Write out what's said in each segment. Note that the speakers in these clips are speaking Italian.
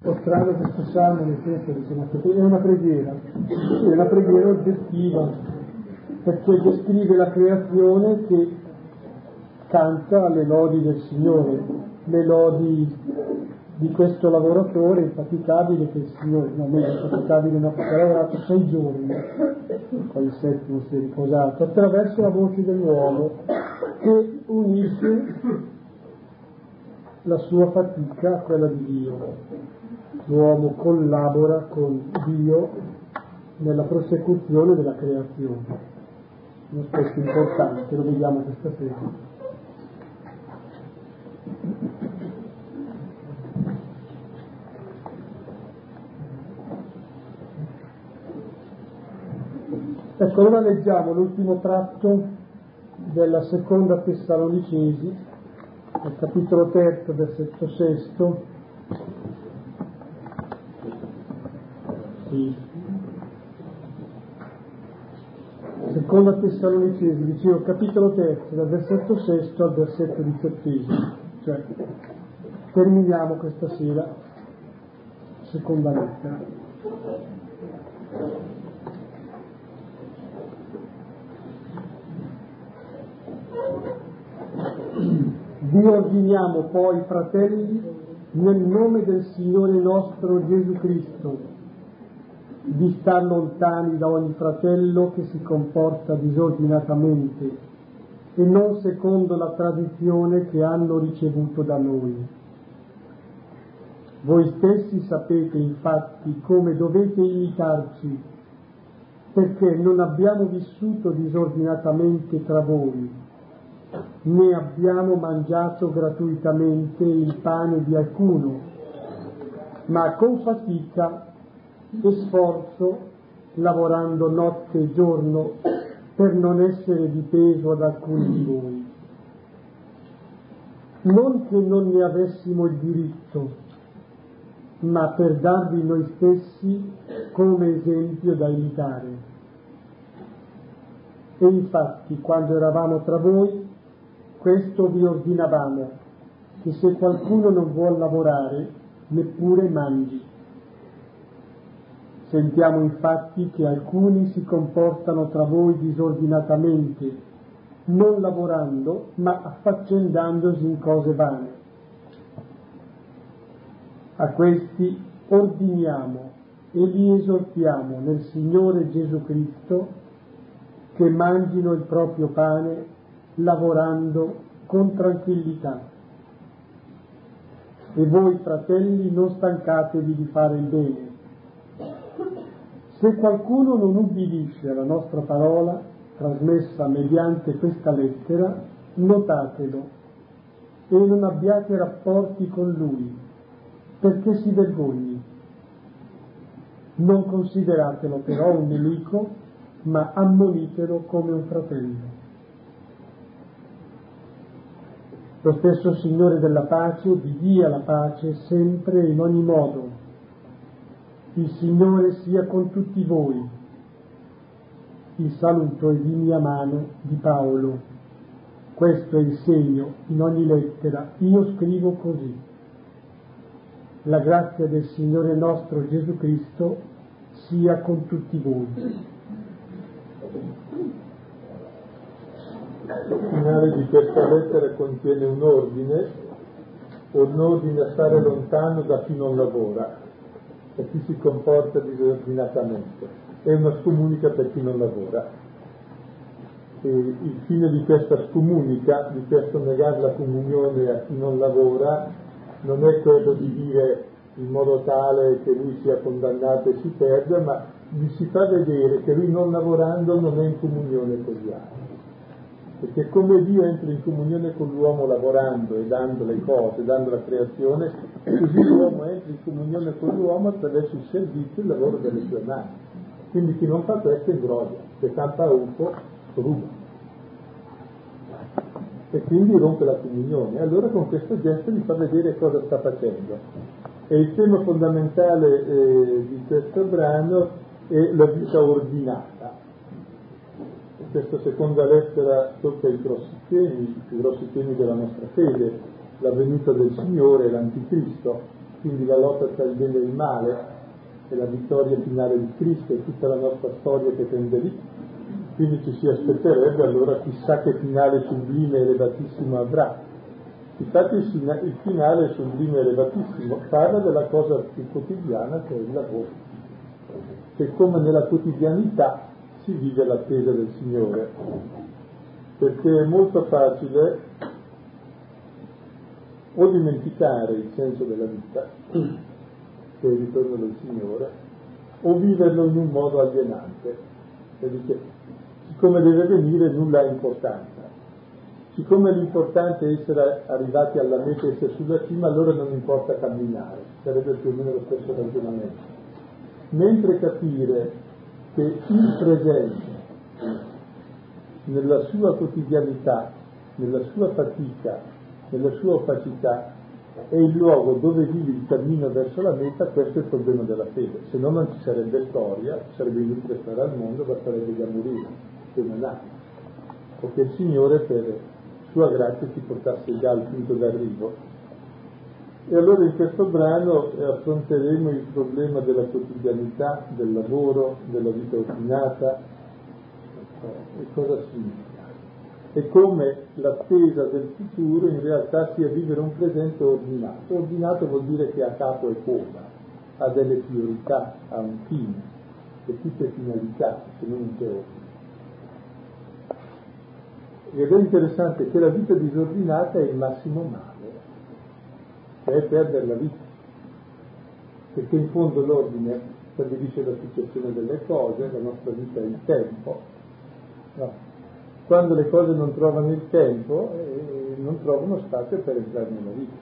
È strano questo salmo, nel senso che è una preghiera oggettiva, perché descrive la creazione che canta le lodi del Signore, le lodi di questo lavoratore infaticabile che il Signore, non è infaticabile, no, perché ha lavorato 6 giorni, poi il 7° si è riposato, attraverso la voce dell'uomo che unisce la sua fatica a quella di Dio. L'uomo collabora con Dio nella prosecuzione della creazione. Un aspetto importante, lo vediamo questa sera. Ecco, allora leggiamo l'ultimo tratto della seconda Tessalonicesi, nel capitolo 3, versetto 6. Sì. Seconda Tessalonicesi, dicevo, capitolo 3, dal versetto 6 al versetto 18. Cioè, terminiamo questa sera, seconda lettera. Vi ordiniamo poi, fratelli, nel nome del Signore nostro Gesù Cristo, di star lontani da ogni fratello che si comporta disordinatamente e non secondo la tradizione che hanno ricevuto da noi. Voi stessi sapete infatti come dovete imitarci, perché non abbiamo vissuto disordinatamente tra voi, né abbiamo mangiato gratuitamente il pane di alcuno, ma con fatica e sforzo, lavorando notte e giorno per non essere di peso ad alcuni di voi. Non che non ne avessimo il diritto, ma per darvi noi stessi come esempio da imitare. E infatti, quando eravamo tra voi, questo vi ordinavamo, che se qualcuno non vuol lavorare, neppure mangi. Sentiamo infatti che alcuni si comportano tra voi disordinatamente, non lavorando, ma affaccendandosi in cose vane. A questi ordiniamo e li esortiamo nel Signore Gesù Cristo che mangino il proprio pane lavorando con tranquillità. E voi, fratelli, non stancatevi di fare il bene. Se qualcuno non ubbidisce alla nostra parola, trasmessa mediante questa lettera, notatelo e non abbiate rapporti con lui, perché si vergogni. Non consideratelo però un nemico, ma ammonitelo come un fratello. Lo stesso Signore della pace vi dia la pace sempre e in ogni modo. Il Signore sia con tutti voi. Il saluto è di mia mano di Paolo. Questo è il segno in ogni lettera. Io scrivo così. La grazia del Signore nostro Gesù Cristo sia con tutti voi. Il finale di questa lettera contiene un ordine a stare lontano da chi non lavora, da chi si comporta disordinatamente, e una scomunica per chi non lavora. E il fine di questa scomunica, di questo negare la comunione a chi non lavora, non è quello di dire in modo tale che lui sia condannato e si perda, ma gli si fa vedere che lui non lavorando non è in comunione con gli altri. Perché come Dio entra in comunione con l'uomo lavorando e dando le cose, dando la creazione, così l'uomo entra in comunione con l'uomo attraverso il servizio e il lavoro delle sue mani. Quindi chi non fa questo imbrodia, se campa UFO ruba. E quindi rompe la comunione. Allora con questo gesto gli fa vedere cosa sta facendo. E il tema fondamentale di questo brano è la vita ordinata. Questa seconda lettera tocca i grossi temi della nostra fede, la venuta del Signore e l'Anticristo, quindi la lotta tra il bene e il male, e la vittoria finale di Cristo e tutta la nostra storia che tende lì. Quindi ci si aspetterebbe allora chissà che finale sublime e elevatissimo avrà. Infatti il finale sublime e elevatissimo parla della cosa più quotidiana, che è il lavoro, che come nella quotidianità si vive l'attesa del Signore, perché è molto facile o dimenticare il senso della vita, che è il ritorno del Signore, o viverlo in un modo alienante, perché siccome deve venire nulla ha importanza. Siccome l'importante è essere arrivati alla meta e essere sulla cima, allora non importa camminare, sarebbe più o meno lo stesso ragionamento. Mentre capire che il presente, nella sua quotidianità, nella sua fatica, nella sua opacità, è il luogo dove vivi il cammino verso la meta, questo è il problema della fede. Se no non ci sarebbe storia, sarebbe inutile stare al mondo, basterebbe già morire, che non ha. O che il Signore per sua grazia ci portasse già al punto d'arrivo. E allora in questo brano affronteremo il problema della quotidianità, del lavoro, della vita ordinata, e cosa significa. E come l'attesa del futuro in realtà sia vivere un presente ordinato. Ordinato vuol dire che ha capo e coda, ha delle priorità, ha un fine, e tutte finalità, se non un teorico. Ed è interessante che la vita disordinata è il massimo male, che è perdere la vita, perché in fondo l'ordine stabilisce la successione delle cose, la nostra vita è il tempo. No. Quando le cose non trovano il tempo, non trovano spazio per entrare nella vita.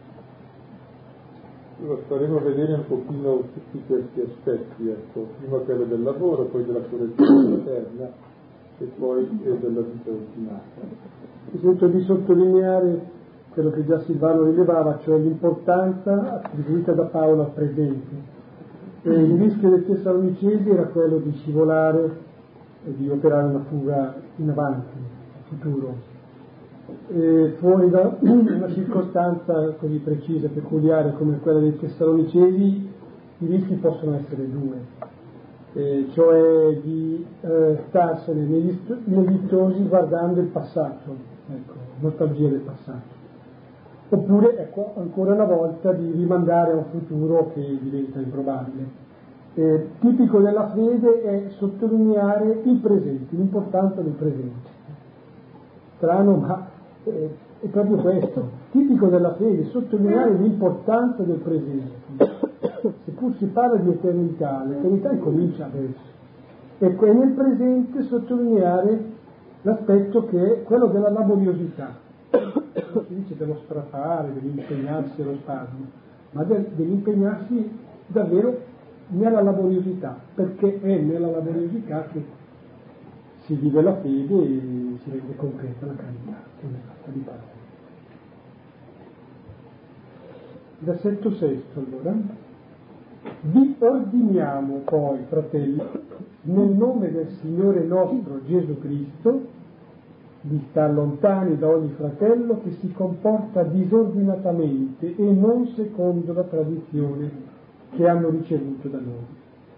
Lo faremo vedere un pochino tutti questi aspetti, ecco, prima quello del lavoro, poi della correzione fraterna e poi della vita ordinata. Mi sento di sottolineare quello che già Silvano rilevava, cioè l'importanza attribuita da Paolo al presente. Il rischio dei Tessalonicesi era quello di scivolare e di operare una fuga in avanti, al futuro. Fuori da una circostanza così precisa e peculiare come quella dei Tessalonicesi, i rischi possono essere due, cioè di starsene neghittosi guardando il passato, ecco, nostalgia del passato, oppure, ecco, ancora una volta di rimandare a un futuro che diventa improbabile. Tipico della fede è sottolineare il presente, l'importanza del presente. Strano, ma è proprio questo. Tipico della fede, sottolineare l'importanza del presente. Seppur si parla di eternità, l'eternità incomincia adesso. E nel presente sottolineare l'aspetto che è quello della laboriosità. Non si dice dello strafare, dell'impegnarsi allo spasmo, ma dell'impegnarsi davvero nella laboriosità, perché è nella laboriosità che si vive la fede e si rende concreta la carità, che è fatta di parte. Versetto 6, allora. Vi ordiniamo poi, fratelli, nel nome del Signore nostro Gesù Cristo, di star lontani da ogni fratello che si comporta disordinatamente e non secondo la tradizione che hanno ricevuto da noi.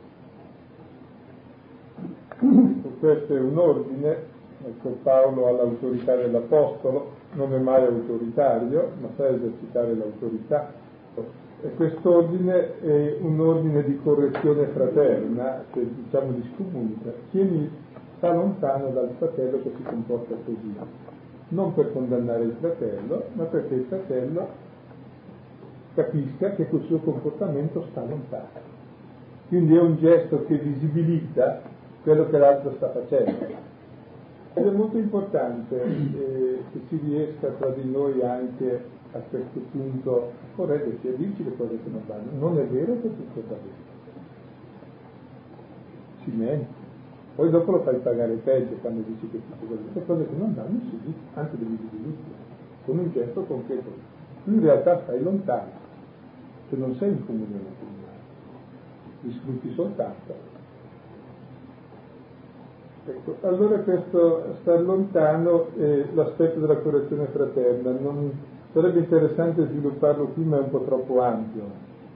Questo è un ordine, ecco, Paolo ha l'autorità dell'Apostolo, non è mai autoritario, ma sa esercitare l'autorità. E quest'ordine è un ordine di correzione fraterna, che diciamo di scomunica. Sta lontano dal fratello che si comporta così, non per condannare il fratello, ma perché il fratello capisca che col suo comportamento sta lontano. Quindi è un gesto che visibilizza quello che l'altro sta facendo. Ed è molto importante che si riesca tra di noi anche a questo punto a correggerci, a dirci le cose che non vanno. Non è vero che tutto va bene. Ci menti. Poi dopo lo fai pagare peggio quando dici che tutto va bene. Le cose che non vanno si dicono, anche devi dirlo, con un gesto concreto. Tu in realtà stai lontano, se non sei in comunione con Dio, li sfrutti soltanto. Ecco, allora questo star lontano è l'aspetto della correzione fraterna. Sarebbe interessante svilupparlo qui, ma è un po' troppo ampio.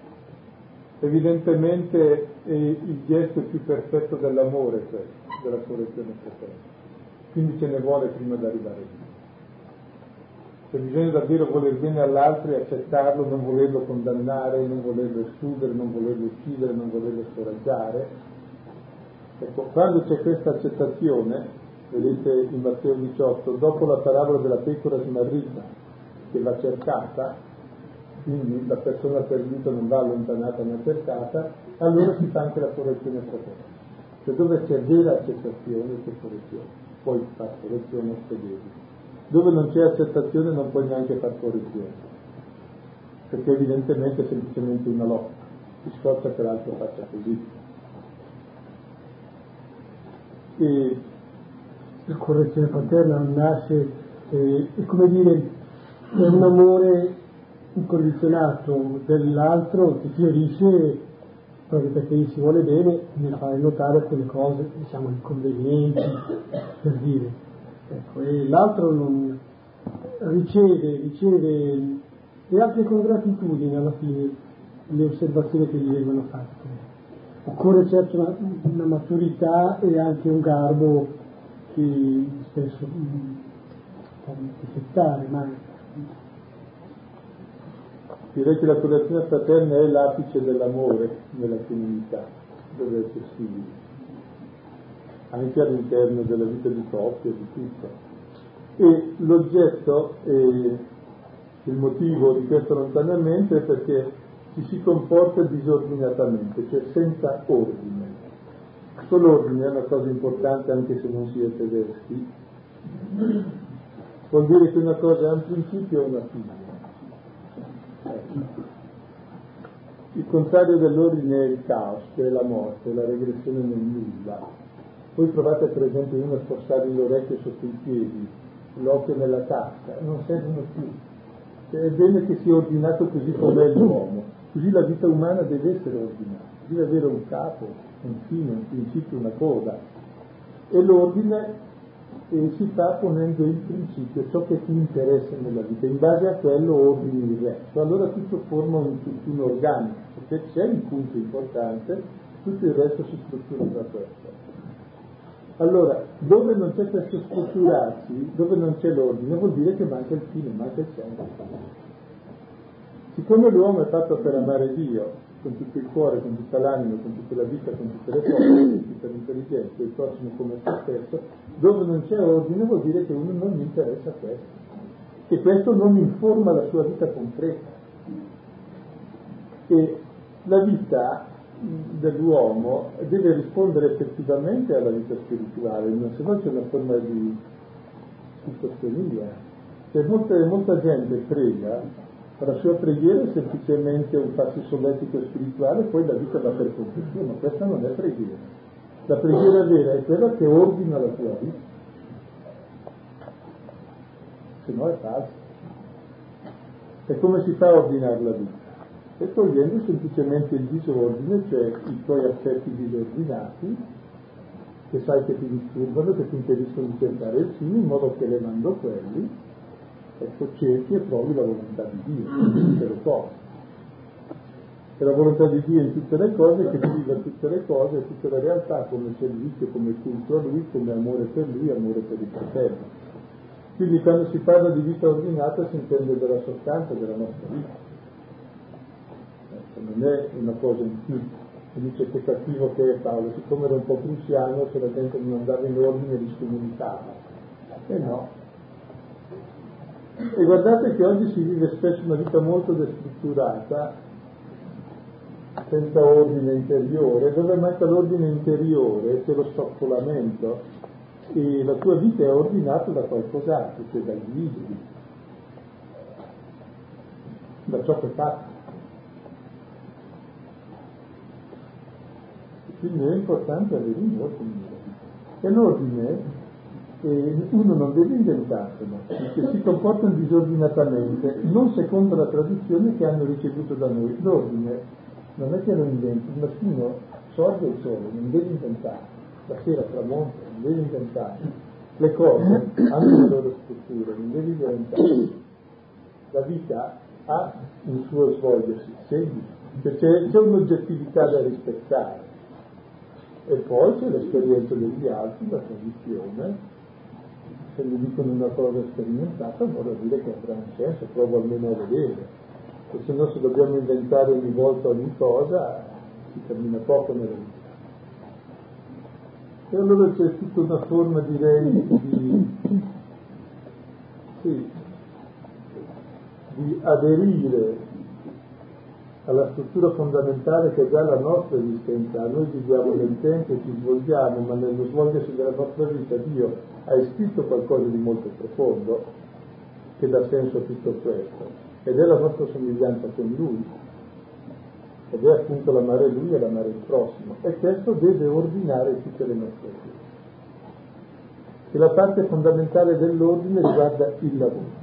Evidentemente il gesto più perfetto dell'amore è questo, della correzione fraterna. Quindi ce ne vuole prima di arrivare lì. Cioè bisogna davvero voler bene all'altro e accettarlo, non volerlo condannare, non volerlo escludere, non volerlo uccidere, non volerlo scoraggiare. Ecco, quando c'è questa accettazione, vedete in Matteo 18, dopo la parabola della pecora smarrita che va cercata, quindi la persona perduta non va allontanata ma cercata, allora si fa anche la correzione fraterna. Cioè dove c'è vera accettazione c'è correzione, poi fa correzione fedeli. Dove non c'è accettazione non puoi neanche far correzione, perché evidentemente è semplicemente una lotta, si sforza che l'altro faccia così. E la correzione fraterna nasce, è come dire, è un amore incondizionato dell'altro che fiorisce proprio perché gli si vuole bene nel fare notare quelle cose, diciamo, inconvenienti, per dire. Ecco, e l'altro non riceve e anche con gratitudine alla fine le osservazioni che gli vengono fatte. Occorre certo una maturità e anche un garbo che spesso può difettare, ma direi che la correzione fraterna è l'apice dell'amore nella comunità, dove è possibile, anche all'interno della vita di coppia, di tutto. E l'oggetto, il motivo di questo allontanamento è perché ci si comporta disordinatamente, cioè senza ordine. Questo l'ordine è una cosa importante anche se non si è tedeschi. Vuol dire che una cosa ha un principio e una fine. Il contrario dell'ordine è il caos, che è la morte, la regressione nel nulla. Voi provate per esempio uno a spostargli l'orecchio sotto i piedi, l'occhio nella tasca, non servono più. È bene che sia ordinato così com'è l'uomo, così la vita umana deve essere ordinata, deve avere un capo, un fine, un principio, una coda. E l'ordine si fa ponendo il principio, ciò che ti interessa nella vita, in base a quello ordini il resto. Allora tutto forma un tutt'uno organico, se c'è un punto importante, tutto il resto si struttura da questo. Allora, dove non c'è questo strutturarsi, dove non c'è l'ordine, vuol dire che manca il fine, manca il senso. Siccome l'uomo è fatto per amare Dio, con tutto il cuore, con tutta l'anima, con tutta la vita, con tutte le forze, con tutta l'intelligenza, il prossimo come se stesso, dove non c'è ordine vuol dire che uno non gli interessa questo, che questo non informa la sua vita concreta. E la vita dell'uomo deve rispondere effettivamente alla vita spirituale, se no c'è una forma di schizofrenia. Cioè molta gente prega, la sua preghiera è semplicemente un passo solletico spirituale, poi la vita va per confessione, ma questa non è preghiera. La preghiera vera è quella che ordina la tua vita, se no è falso. E come si fa a ordinare la vita? E togliendo semplicemente il disordine, cioè i tuoi aspetti disordinati, che sai che ti disturbano, che ti impediscono di cercare il fine, in modo che levando quelli, ecco, cerchi e trovi la volontà di Dio in tutte le cose. E la volontà di Dio in tutte le cose, che ti viva tutte le cose, tutte le realtà, come servizio, come culto a Lui, come amore per Lui, amore per i fratelli. Quindi quando si parla di vita ordinata si intende della sostanza della nostra vita. Non è una cosa in più. Mi dice che cattivo che è Paolo, siccome era un po' prussiano, se la gente non andava in ordine li scomunicava. E no. E guardate che oggi si vive spesso una vita molto destrutturata, senza ordine interiore, dove manca l'ordine interiore, c'è lo stoccolamento, e la tua vita è ordinata da qualcos'altro, cioè dagli idoli, da ciò che fai. Quindi è importante avere un ordine. E l'ordine uno non deve inventarselo, perché si comportano disordinatamente, non secondo la tradizione che hanno ricevuto da noi. L'ordine non è che lo inventi, il mattino sorge il sole, non devi inventare, la sera tramonta, non devi inventare, le cose hanno le loro strutture, non devi inventare. La vita ha un suo svolgersi semplice, cioè c'è un'oggettività da rispettare, e poi c'è l'esperienza degli altri, la tradizione. Se mi dicono una cosa sperimentata vuol dire che avrà un senso, provo almeno a vedere, e se no, se dobbiamo inventare ogni volta ogni cosa si cammina poco nella vita. E allora c'è tutta una forma, direi, di aderire alla struttura fondamentale che è già la nostra esistenza. Noi viviamo nel tempo, ci svolgiamo, ma nello svolgersi della nostra vita Dio ha iscritto qualcosa di molto profondo che dà senso a tutto questo, ed è la nostra somiglianza con Lui, ed è appunto l'amare Lui e l'amare il prossimo, e questo deve ordinare tutte le nostre vite. E la parte fondamentale dell'ordine riguarda il lavoro,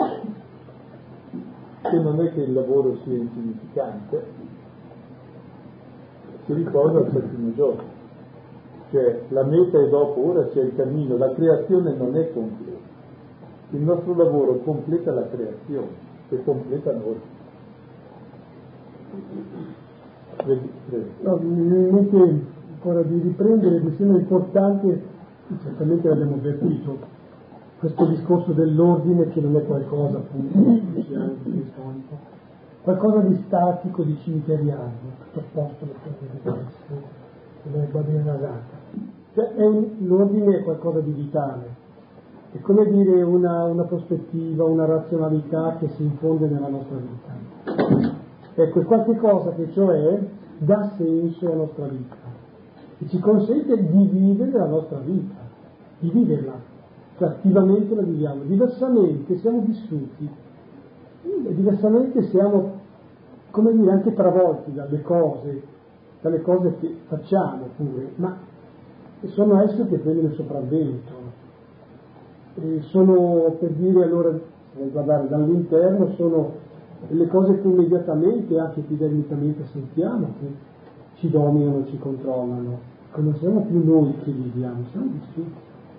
che non è che il lavoro sia insignificante, si riposa al settimo giorno, cioè la meta è dopo, ora c'è il cammino, la creazione non è completa, il nostro lavoro completa la creazione e completa noi. No, mi viene in mente ancora di riprendere, mi sembra importante, certamente l'abbiamo avvertito, questo discorso dell'ordine, che non è qualcosa appunto di solito, qualcosa di statico, di cimiteriale, tutto a posto, le cose di l'erba ben rasata. Cioè l'ordine è qualcosa di vitale, è come dire una prospettiva, una razionalità che si infonde nella nostra vita. Ecco, è qualche cosa che cioè dà senso alla nostra vita e ci consente di vivere la nostra vita, di viverla, cioè attivamente la viviamo. Diversamente siamo vissuti, diversamente siamo, come dire, anche travolti dalle cose che facciamo pure, ma sono esse che prendono il sopravvento. E sono, per dire, allora, se vuoi guardare dall'interno, sono le cose che immediatamente, anche epidermicamente sentiamo, che ci dominano, ci controllano. Non siamo più noi che viviamo, siamo vissuti.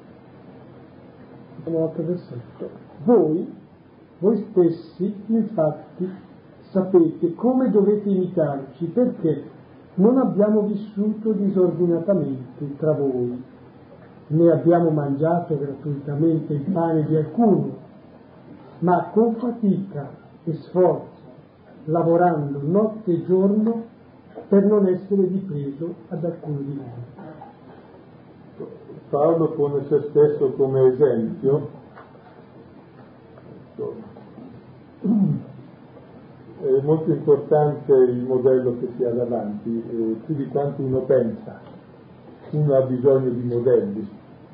L'altro versetto. Voi stessi, infatti, sapete come dovete imitarci, perché non abbiamo vissuto disordinatamente tra voi, né abbiamo mangiato gratuitamente il pane di alcuno, ma con fatica e sforzo, lavorando notte e giorno per non essere dipeso ad alcuno di voi. Paolo pone se stesso come esempio. È molto importante il modello che si ha davanti, più di quanto uno pensa. Uno ha bisogno di modelli,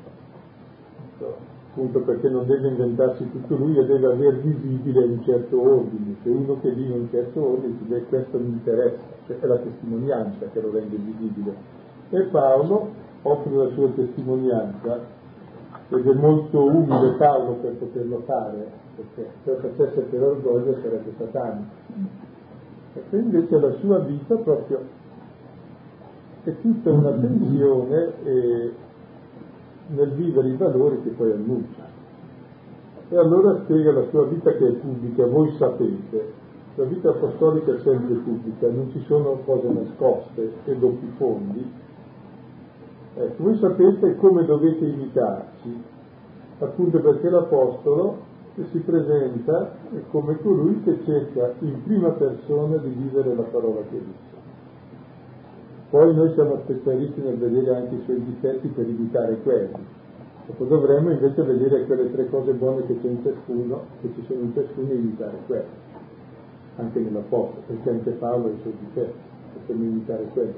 appunto perché non deve inventarsi tutto lui e deve aver visibile un certo ordine. Se uno che vive un certo ordine dice questo mi interessa, cioè è la testimonianza che lo rende visibile. E Paolo offre la sua testimonianza, ed è molto umile Paolo per poterlo fare, perché se lo facesse per orgoglio sarebbe satanico. E invece la sua vita proprio è tutta una tensione nel vivere i valori che poi annuncia. E allora spiega la sua vita che è pubblica. Voi sapete, la vita apostolica è sempre pubblica, non ci sono cose nascoste e doppi fondi. Voi sapete come dovete imitarci, appunto perché l'apostolo si presenta come colui che cerca in prima persona di vivere la parola che dice. Poi noi siamo specialisti nel vedere anche i suoi difetti per imitare quelli. Dopo dovremmo invece vedere quelle tre cose buone che c'è in ciascuno, che ci sono in ciascuno, e imitare quelli. Anche nell'apostolo, perché anche Paolo ha i suoi difetti, possiamo imitare quelli.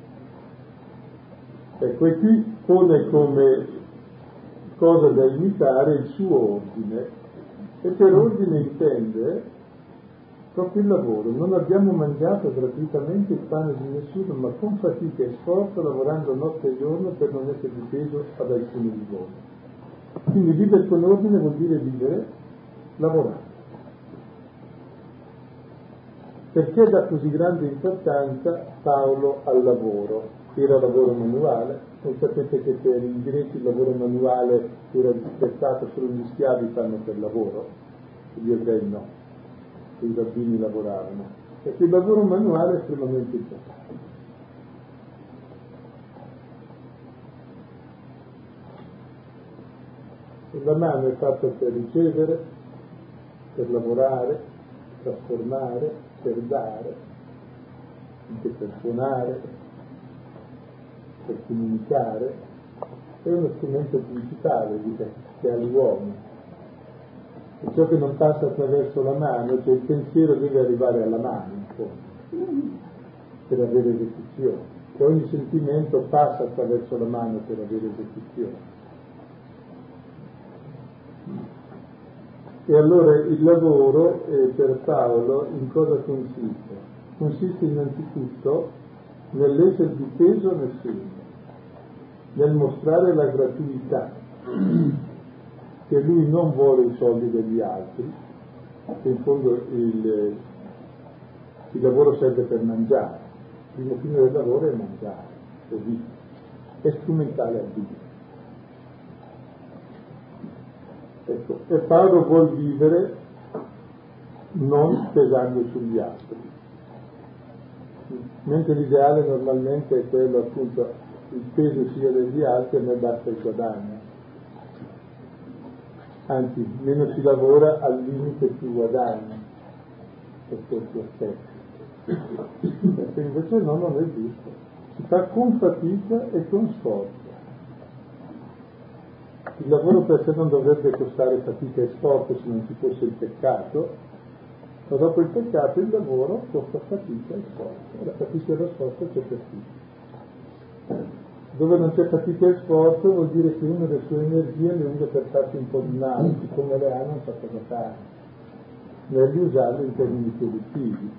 Ecco, e qui pone come cosa da imitare il suo ordine, e per ordine intende proprio il lavoro. Non abbiamo mangiato gratuitamente il pane di nessuno, ma con fatica e sforzo, lavorando notte e giorno per non essere dipeso ad alcuno di voi. Quindi vivere con ordine vuol dire vivere lavorando. Perché dà così grande importanza Paolo al lavoro? Era lavoro manuale, voi sapete che per i greci il lavoro manuale era rispettato, solo gli schiavi fanno per lavoro, gli ebrei no. che i rabbini lavoravano, perché il lavoro manuale è estremamente importante. La mano è fatta per ricevere, per lavorare, trasformare, per dare, anche per suonare, per comunicare, è uno strumento principale che ha l'uomo. E ciò che non passa attraverso la mano, cioè il pensiero deve arrivare alla mano, in fondo, per avere esecuzione. E ogni sentimento passa attraverso la mano per avere esecuzione. E allora il lavoro per Paolo in cosa consiste? Consiste innanzitutto nell'essere dipeso a nessuno, nel mostrare la gratuità, che lui non vuole i soldi degli altri, che in fondo il lavoro serve per mangiare, il primo fine del lavoro è mangiare, così, è strumentale a Dio. Ecco, e Paolo vuol vivere non pesando sugli altri, mentre l'ideale normalmente è quello appunto il peso sia degli altri e a me basta il guadagno, anzi meno si lavora al limite più guadagno per certi aspetti, perché invece no, non è giusto, si fa con fatica e con sforzo. Il lavoro per sé non dovrebbe costare fatica e sforzo se non ci fosse il peccato, ma dopo il peccato il lavoro costa fatica e sforzo, e la fatica e lo sforzo c'è per tutti. Dove non c'è fatica e sforzo vuol dire che uno le sue energie le usa per farsi un po' di male, siccome le ha non sa cosa fare, meglio usarle in termini produttivi.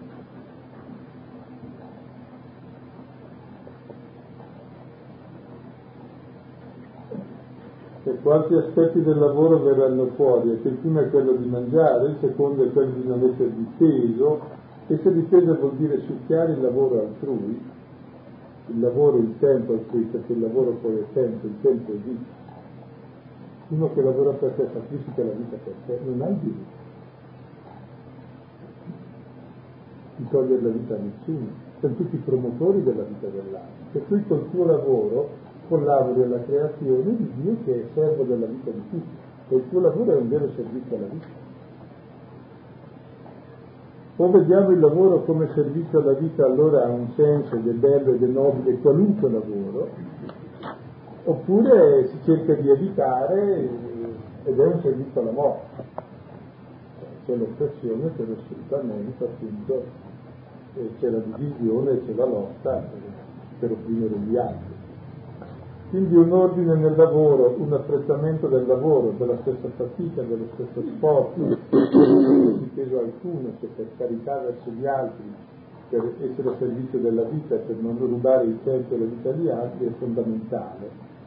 Ecco, altri aspetti del lavoro verranno fuori, e il primo è quello di mangiare, il secondo è quello di non essere dipeso. Essere dipeso vuol dire succhiare il lavoro altrui, il lavoro, il tempo altrui, perché il lavoro poi è tempo, il tempo è vita. Uno che lavora per te, sacrifica la vita per te, non hai diritto di togliere la vita a nessuno, sono tutti promotori della vita dell'altro, e tu col tuo lavoro collabori alla creazione di Dio che è servo della vita di tutti, e il tuo lavoro è un vero servizio alla vita. O vediamo il lavoro come servizio alla vita, allora ha un senso ed è bello ed è nobile qualunque lavoro, oppure si cerca di evitare ed è un servizio alla morte. C'è l'oppressione, c'è lo sfruttamento, appunto, c'è la divisione, c'è la lotta per opprimere gli altri. Quindi un ordine nel lavoro, un apprezzamento del lavoro, della stessa fatica, dello stesso sforzo, non di peso alcuno, che per carità verso gli altri, per essere a servizio della vita, per non rubare il tempo e la vita agli altri, è fondamentale.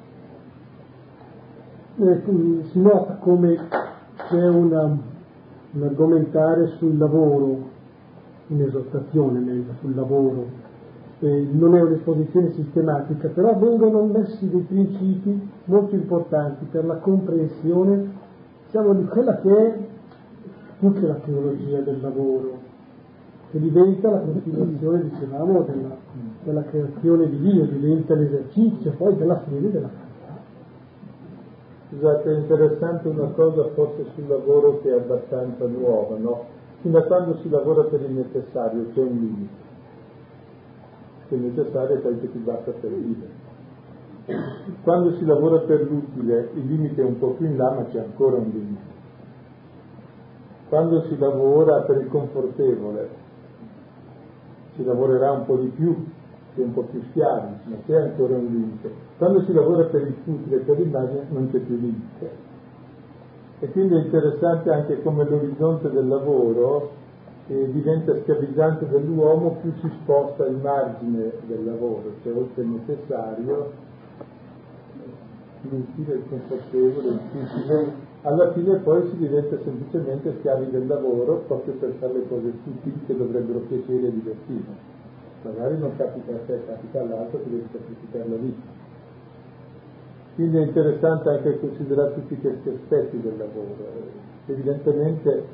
Si nota come c'è un argomentare sul lavoro, un'esortazione meglio sul lavoro, non è un'esposizione sistematica, però vengono messi dei principi molto importanti per la comprensione, diciamo, di quella che è più che la teologia del lavoro, che diventa la continuazione, dicevamo, della creazione di Dio, diventa l'esercizio poi della fede della carità. Scusate, è interessante una cosa forse sul lavoro che è abbastanza nuova, no? Fino a quando si lavora per il necessario c'è un limite. Se è necessario è quel che ti basta per vivere. Quando si lavora per l'utile il limite è un po' più in là, ma c'è ancora un limite. Quando si lavora per il confortevole si lavorerà un po' di più, c'è un po' più schiavi, ma c'è ancora un limite. Quando si lavora per il futile, per l'immagine, non c'è più limite. E quindi è interessante anche come l'orizzonte del lavoro diventa schiavizzante dell'uomo più si sposta il margine del lavoro, cioè oltre il necessario, l'utile, il confortevole, il futile. Alla fine poi si diventa semplicemente schiavi del lavoro proprio per fare le cose futili che dovrebbero piacere e divertire. Magari non capita a te, capita all'altro che devi sacrificare la vita. Quindi è interessante anche considerare tutti questi aspetti del lavoro. Evidentemente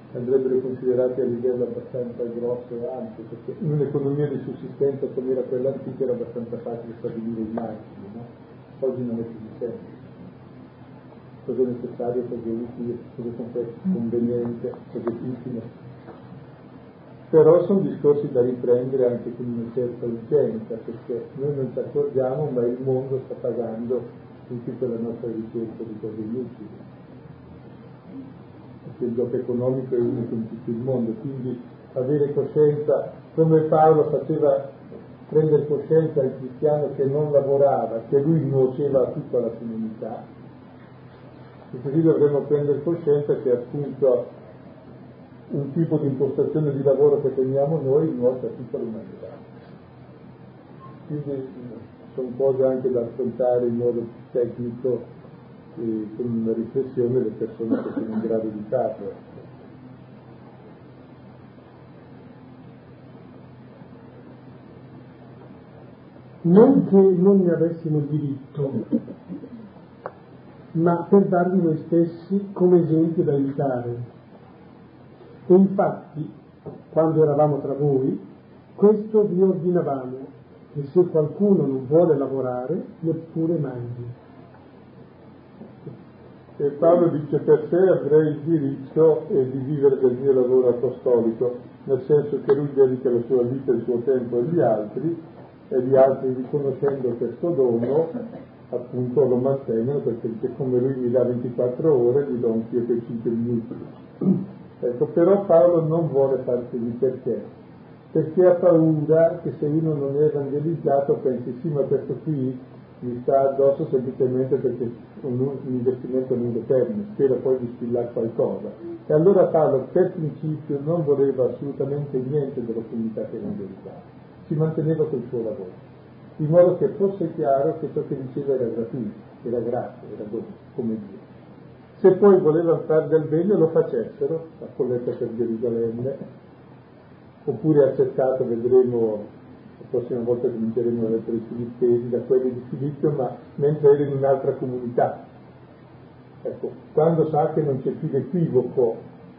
andrebbero considerati a livello abbastanza grosso e ampio, perché in un'economia di sussistenza come era quella antica era abbastanza facile stabilire i margini, no? Oggi non è più semplice. Cosa è necessario, cosa è utile, cosa è conveniente, cosa è utile. Però sono discorsi da riprendere anche con una certa urgenza, perché noi non ci accorgiamo, ma il mondo sta pagando tutti per la nostra ricerca di cose inutili. Perché il gioco economico è unico in tutto il mondo, quindi avere coscienza, come Paolo faceva prendere coscienza al cristiano che non lavorava, che lui nuoceva a tutta la comunità, e così dovremmo prendere coscienza che appunto un tipo di impostazione di lavoro che teniamo noi nuoce a tutta l'umanità. Quindi sono cose anche da affrontare in modo più tecnico e con una riflessione le persone che sono in grado di farlo. Non che non ne avessimo diritto, ma per darvi noi stessi come esempio da imitare. E infatti, quando eravamo tra voi, questo vi ordinavamo, che se qualcuno non vuole lavorare, neppure mangi. E Paolo dice: per sé avrei il diritto di vivere del mio lavoro apostolico, nel senso che lui dedica la sua vita e il suo tempo agli altri, e gli altri, riconoscendo questo dono, appunto lo mantengono, perché come lui mi dà 24 ore, gli do anch'io quei 5 minuti. Ecco, però Paolo non vuole far così, perché ha paura che se uno non è evangelizzato pensi sì, ma questo qui mi sta addosso semplicemente perché è un investimento a lungo termine, spera poi di spillare qualcosa. E allora Paolo per principio non voleva assolutamente niente della comunità che evangelizzava, si manteneva col suo lavoro, in modo che fosse chiaro che ciò che diceva era gratuito, era grazia, era dono, come Dio. Se poi volevano fare del bene lo facessero, la colletta per Gerusalemme, oppure accettato, vedremo la prossima volta cominceremo a leggere i Filippesi da quelli di Filippo, ma mentre era in un'altra comunità. Ecco, quando sa che non c'è più l'equivoco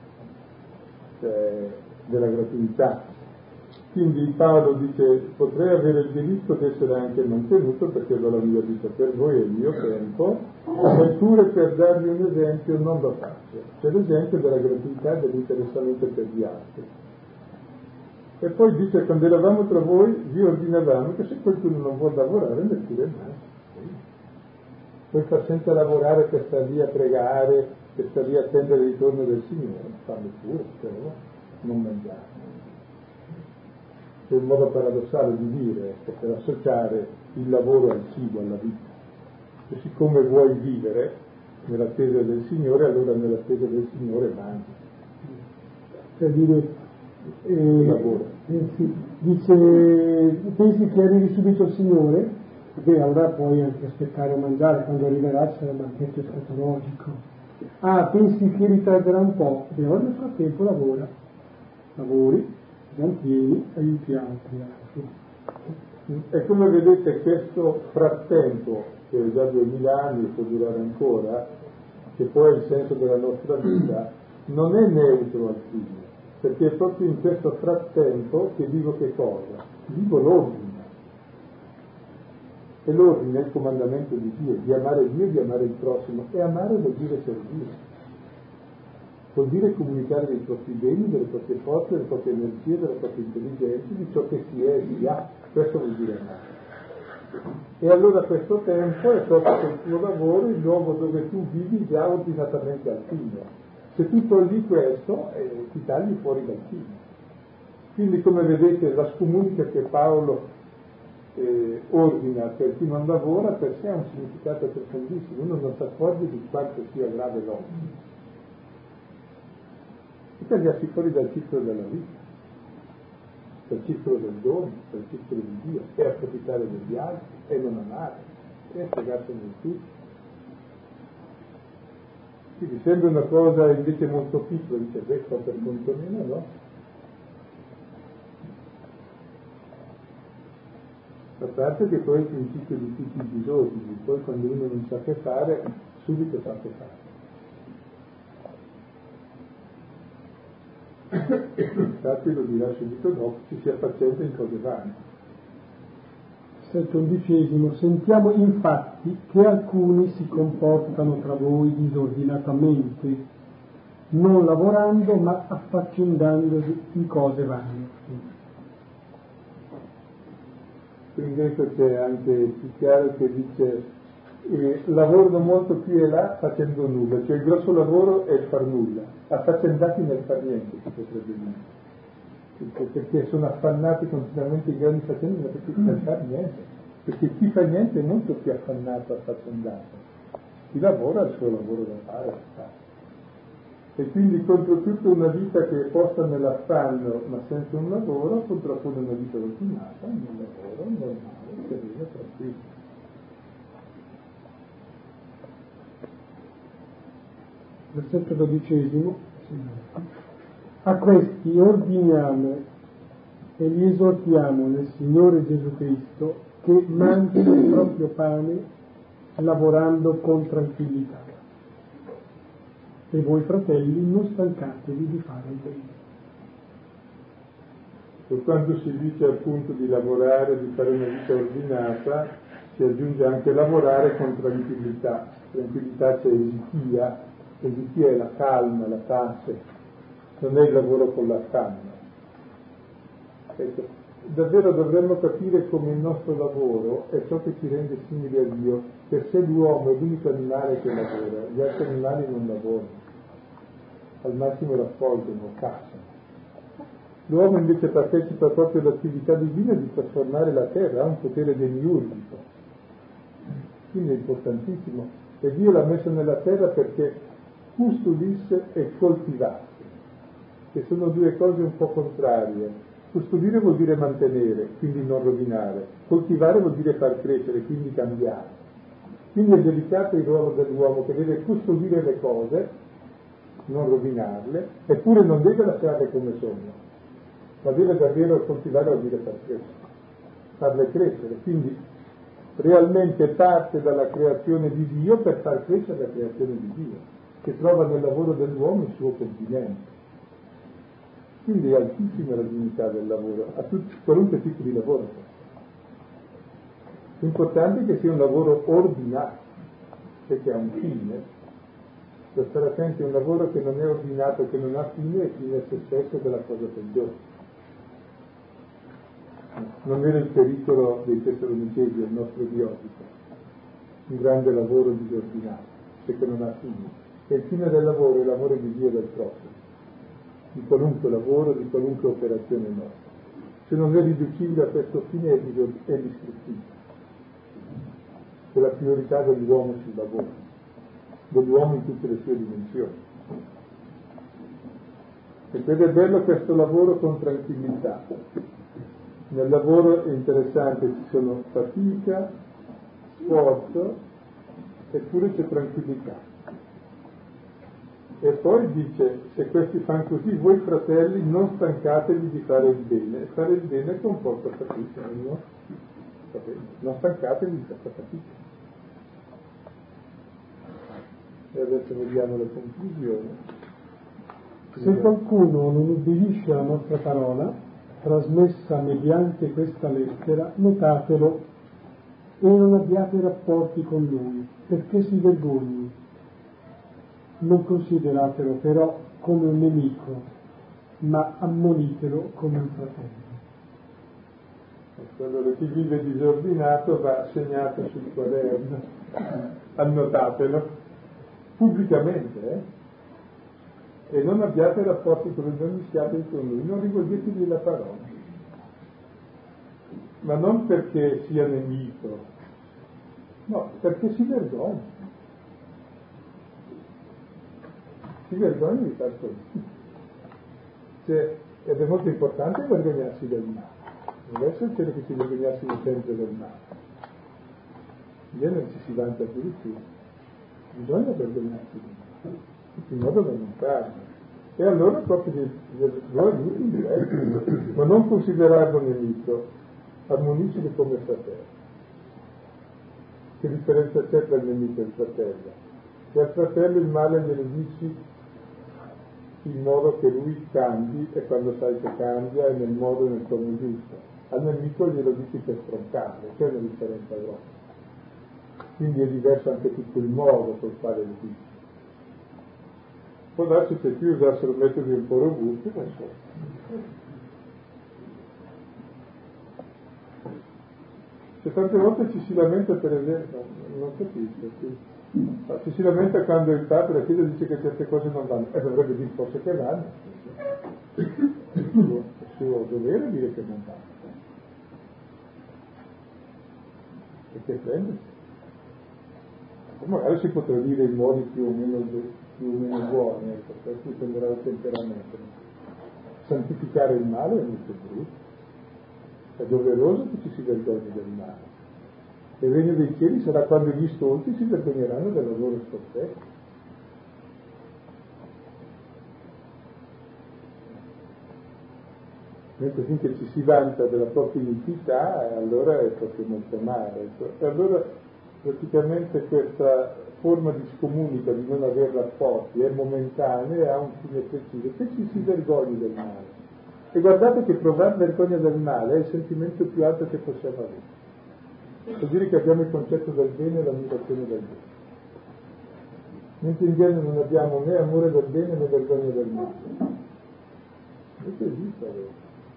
della gratuità. Quindi Paolo dice: potrei avere il diritto di essere anche mantenuto perché do la mia vita per voi e il mio tempo, eppure per darvi un esempio non lo faccio. C'è l'esempio della gratuità e dell'interessamento per gli altri. E poi dice: quando eravamo tra voi vi ordinavamo che se qualcuno non vuole lavorare neppure mangi. Poi fa senza lavorare per star lì a pregare, per star lì a attendere il ritorno del Signore, fallo pure, però non mangiare. È un modo paradossale di dire, per associare il lavoro al cibo, alla vita. E siccome vuoi vivere nell'attesa del Signore, allora nell'attesa del Signore mangi. Per dire, lavoro. Sì, dice, pensi che arrivi subito il Signore? Beh, allora puoi anche aspettare a mangiare, quando arriverà c'è il banchetto escatologico. Ah, pensi che ritarderà un po'? Beh, allora nel frattempo lavori, non pieni, aiuti altri. E come vedete questo frattempo, che è già 2000 anni e può durare ancora, che poi è il senso della nostra vita, non è neutro al fine, perché è proprio in questo frattempo che vivo che cosa? Vivo l'ordine. E l'ordine è il comandamento di Dio, di amare Dio e di amare il prossimo. E amare vuol dire servire. Vuol dire comunicare dei propri beni, delle proprie forze, delle proprie energie, delle proprie intelligenze, di ciò che si è e si ha. Questo vuol dire amare. E allora questo tempo è proprio il tuo lavoro, il luogo dove tu vivi già ordinatamente al fine. Se tu togli questo, ti tagli fuori dal fine. Quindi, come vedete, la scomunica che Paolo ordina per chi non lavora per sé ha un significato profondissimo. Uno non si accorge di quanto sia grave l'obbligo. E tagliarsi fuori dal ciclo della vita, dal ciclo del dono, dal ciclo di Dio, e approfittare degli altri, e non amare, e fregarsene di tutto. Quindi sembra una cosa invece molto piccola, dice: beh, sto per conto meno, no? A parte che poi è il principio di tutti i bisogni, poi quando uno non sa che fare, subito sa che fare. infatti lo dirà subito dopo, ci si affaccenda in cose vane. Versetto 11: sentiamo infatti che alcuni si comportano tra voi disordinatamente, non lavorando ma affaccendandosi in cose vane. Quindi ecco c'è anche più chiaro che dice lavorano molto qui e là facendo nulla, cioè il grosso lavoro è il far nulla, affaccendati nel far niente, si potrebbe dire, perché sono affannati continuamente in grandi faccende nel far niente, perché chi fa niente è molto più affannato, affaccendato, chi lavora ha il suo lavoro da fare, e quindi contro tutta una vita che è posta nell'affanno ma senza un lavoro, contrappone una vita routiniata, un lavoro normale, sereno, tranquillo. Versetto 12: a questi ordiniamo e li esortiamo nel Signore Gesù Cristo che mangino il proprio pane lavorando con tranquillità. E voi fratelli non stancatevi di fare il bene. Per quanto si dice appunto di lavorare, di fare una vita ordinata, si aggiunge anche lavorare con tranquillità. Tranquillità c'è esichia è la calma, la pace, non è il lavoro con l'affanno. Ecco, davvero dovremmo capire come il nostro lavoro è ciò che ci rende simili a Dio. Per sé l'uomo è l'unico animale che lavora, gli altri animali non lavorano, al massimo raccolgono, cacciano. L'uomo invece partecipa proprio all'attività divina di trasformare la terra, ha un potere demiurgico, quindi è importantissimo. E Dio l'ha messo nella terra perché custodisse e coltivasse, che sono due cose un po' contrarie. Custodire vuol dire mantenere, quindi non rovinare. Coltivare vuol dire far crescere, quindi cambiare. Quindi è delicato il ruolo dell'uomo che deve custodire le cose, non rovinarle, eppure non deve lasciarle come sono, ma deve davvero coltivare, vuol dire far crescere, farle crescere. Quindi realmente parte dalla creazione di Dio per far crescere la creazione di Dio, che trova nel lavoro dell'uomo il suo compimento. Quindi è altissima la dignità del lavoro, a qualunque tipo di lavoro. L'importante è che sia un lavoro ordinato, perché ha un fine. Per stare attenti a un lavoro che non è ordinato, che non ha fine, e fine a se stesso della cosa peggiore. Non era il pericolo dei Tessalonicesi, il nostro di oggi, un grande lavoro disordinato, perché non ha fine. E il fine del lavoro è l'amore di Dio e del proprio, di qualunque lavoro, di qualunque operazione nostra. Se non è riducibile a questo fine è distruttivo. È la priorità dell'uomo sul lavoro, dell'uomo in tutte le sue dimensioni. E ed è bello questo lavoro con tranquillità. Nel lavoro è interessante, ci sono fatica, sforzo, eppure c'è tranquillità. E poi dice, se questi fanno così, voi fratelli non stancatevi di fare il bene. E fare il bene comporta fatica, no? Non stancatevi di questa fatica. E adesso vediamo la conclusione. Se qualcuno non ubbidisce alla nostra parola, trasmessa mediante questa lettera, notatelo e non abbiate rapporti con lui, perché si vergogni. Non consideratelo però come un nemico, ma ammonitelo come un fratello. Allora chi vive disordinato va segnato sul quaderno, annotatelo pubblicamente, e non abbiate rapporti con lui, non mischiate con lui, non rivolgetegli la parola, ma non perché sia nemico, no, perché si vergogna di far così. Ed è molto importante vergognarsi del male. Non deve essere che si vergognassimo sempre del male. Dio non ci si vanta più di più. Bisogna vergognarsi del male, in modo da non farlo. E allora proprio lo aiuti in diverso, ma non considerarlo nemico, ammoniscili come fratello. Che differenza c'è tra il nemico e il fratello? Se al fratello il male glielo dici il modo che lui cambi, e quando sai che cambia è nel modo e nel tono giusto. Al nemico glielo dici per stroncarlo, c'è una differenza grossa. Quindi è diverso anche tutto il modo col quale lo dici. Può darsi che qui usassero metodi un po' robusti, ma insomma. Cioè, tante volte ci si lamenta, per esempio, non capisco, ci si lamenta quando il Papa della Chiesa dice che certe cose non vanno, e dovrebbe dire forse che vanno. Il suo dovere è dire che non vanno. E che prende? Magari si potrà dire in modi più o meno buoni, ecco, questo dipenderà dal temperamento. Santificare il male è molto brutto. È doveroso che ci si vergogni del male. Il regno dei cieli sarà quando gli stolti si vergogneranno della loro stoltezza. Mentre finché ci si vanta della propria iniquità, allora è proprio molto male. E allora praticamente questa forma di scomunica, di non avere rapporti, è momentanea e ha un fine preciso, che ci si vergogni del male. E guardate che provare vergogna del male è il sentimento più alto che possiamo avere. Vuol dire che abbiamo il concetto del bene e l'ammirazione del bene. Mentre in genere non abbiamo né amore del bene né vergogna del male. Questo esiste allora.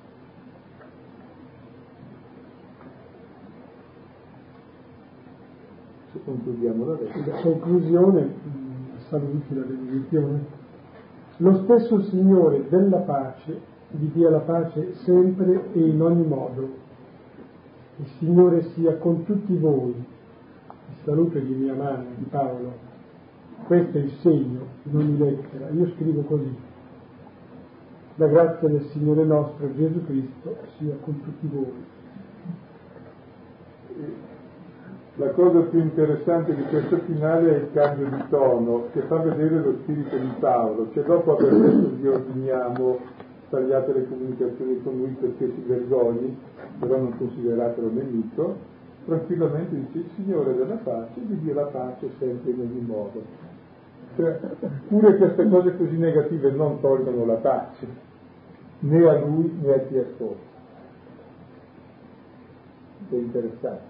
Se concludiamo la lettera. La conclusione, saluti la benedizione. Lo stesso Signore della pace vi dia la pace sempre e in ogni modo. Il Signore sia con tutti voi. Il saluto di mia mano, di Paolo. Questo è il segno in ogni lettera. Io scrivo così. La grazia del Signore nostro Gesù Cristo sia con tutti voi. La cosa più interessante di questo finale è il cambio di tono, che fa vedere lo spirito di Paolo, che dopo aver detto vi ordiniamo, tagliate le comunicazioni con lui perché si vergogni, però non consideratelo nemico, tranquillamente dice il Signore della pace vi dia la pace sempre in ogni modo. Cioè, pure queste cose così negative non tolgono la pace, né a lui né a chi ascolta. È interessante.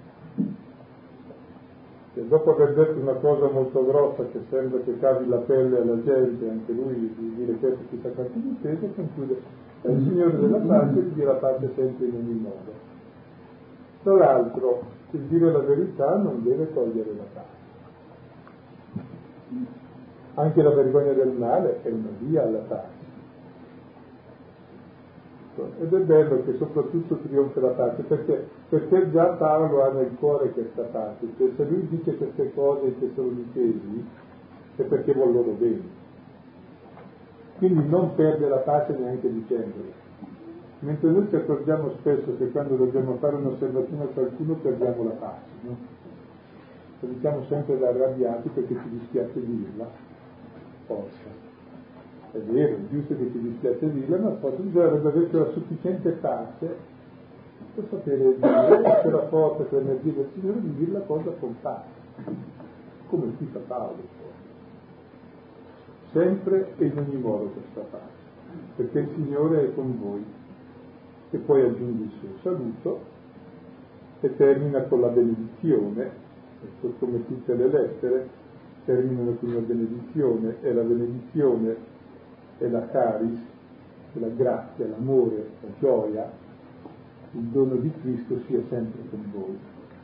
E dopo aver detto una cosa molto grossa che sembra che cavi la pelle alla gente, anche lui di dire questo chissà quanto di peso, conclude il Signore della pace vi dia la pace sempre in ogni modo. Tra l'altro, il dire la verità non deve togliere la pace. Anche la vergogna del male è una via alla pace. Ed è bello che soprattutto trionfa la pace, perché già Paolo ha nel cuore questa pace, cioè se lui dice queste cose ai Tessalonicesi è perché vuol loro bene. Quindi non perde la pace neanche dicendolo. Mentre noi ci accorgiamo spesso che quando dobbiamo fare un'osservazione a qualcuno perdiamo la pace, no? Siamo sempre arrabbiati perché ci dispiace dirla. Forza. È vero, è giusto che ti dispiace dirla, ma poi bisognerebbe avere la sufficiente pace per sapere dire, per la forza, per l'energia del Signore di dire la cosa con pace, come qui fa Paolo. Sempre e in ogni modo questa pace, perché il Signore è con voi. E poi aggiunge il suo saluto e termina con la benedizione, come tutte le lettere terminano con una benedizione, e la benedizione e la caris, la grazia, l'amore, la gioia, il dono di Cristo sia sempre con voi.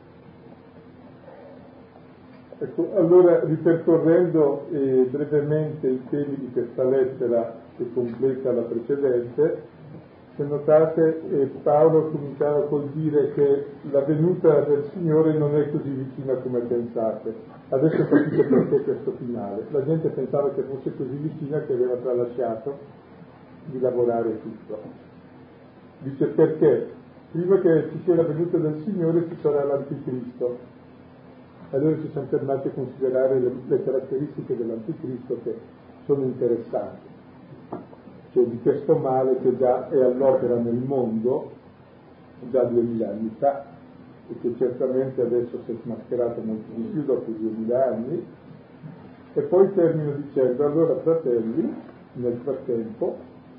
Ecco, allora ripercorrendo brevemente i temi di questa lettera che completa la precedente, se notate Paolo cominciava col dire che la venuta del Signore non è così vicina come pensate. Adesso capite perché questo finale. La gente pensava che fosse così vicina che aveva tralasciato di lavorare tutto. Dice perché? Prima che ci sia la venuta del Signore ci sarà l'Anticristo. Allora ci siamo fermati a considerare le caratteristiche dell'Anticristo che sono interessanti. Cioè di questo male che già è all'opera nel mondo già 2000 anni fa e che certamente adesso si è smascherato molto di più dopo 2000 anni. E poi termino dicendo, allora fratelli, Nel frattempo,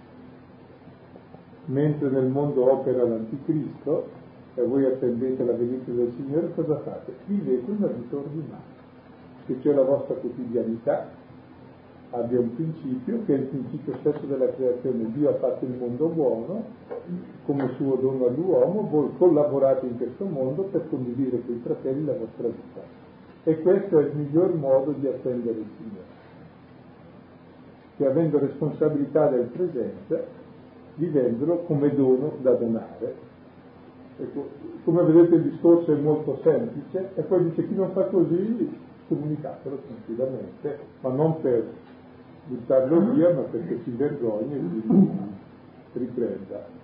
mentre nel mondo opera l'anticristo e voi attendete la venuta del Signore, cosa fate? Vivete una vita ordinaria, che c'è la vostra quotidianità, abbia un principio, che è il principio stesso della creazione. Dio ha fatto il mondo buono come suo dono all'uomo, voi collaborate in questo mondo per condividere con i fratelli la vostra vita. E questo è il miglior modo di attendere il Signore, che avendo responsabilità del presente, vivendolo come dono da donare. Ecco, come vedete il discorso è molto semplice, e poi dice: chi non fa così, comunicatelo tranquillamente, ma non per buttarlo via, ma perché si vergogna e quindi riprenda.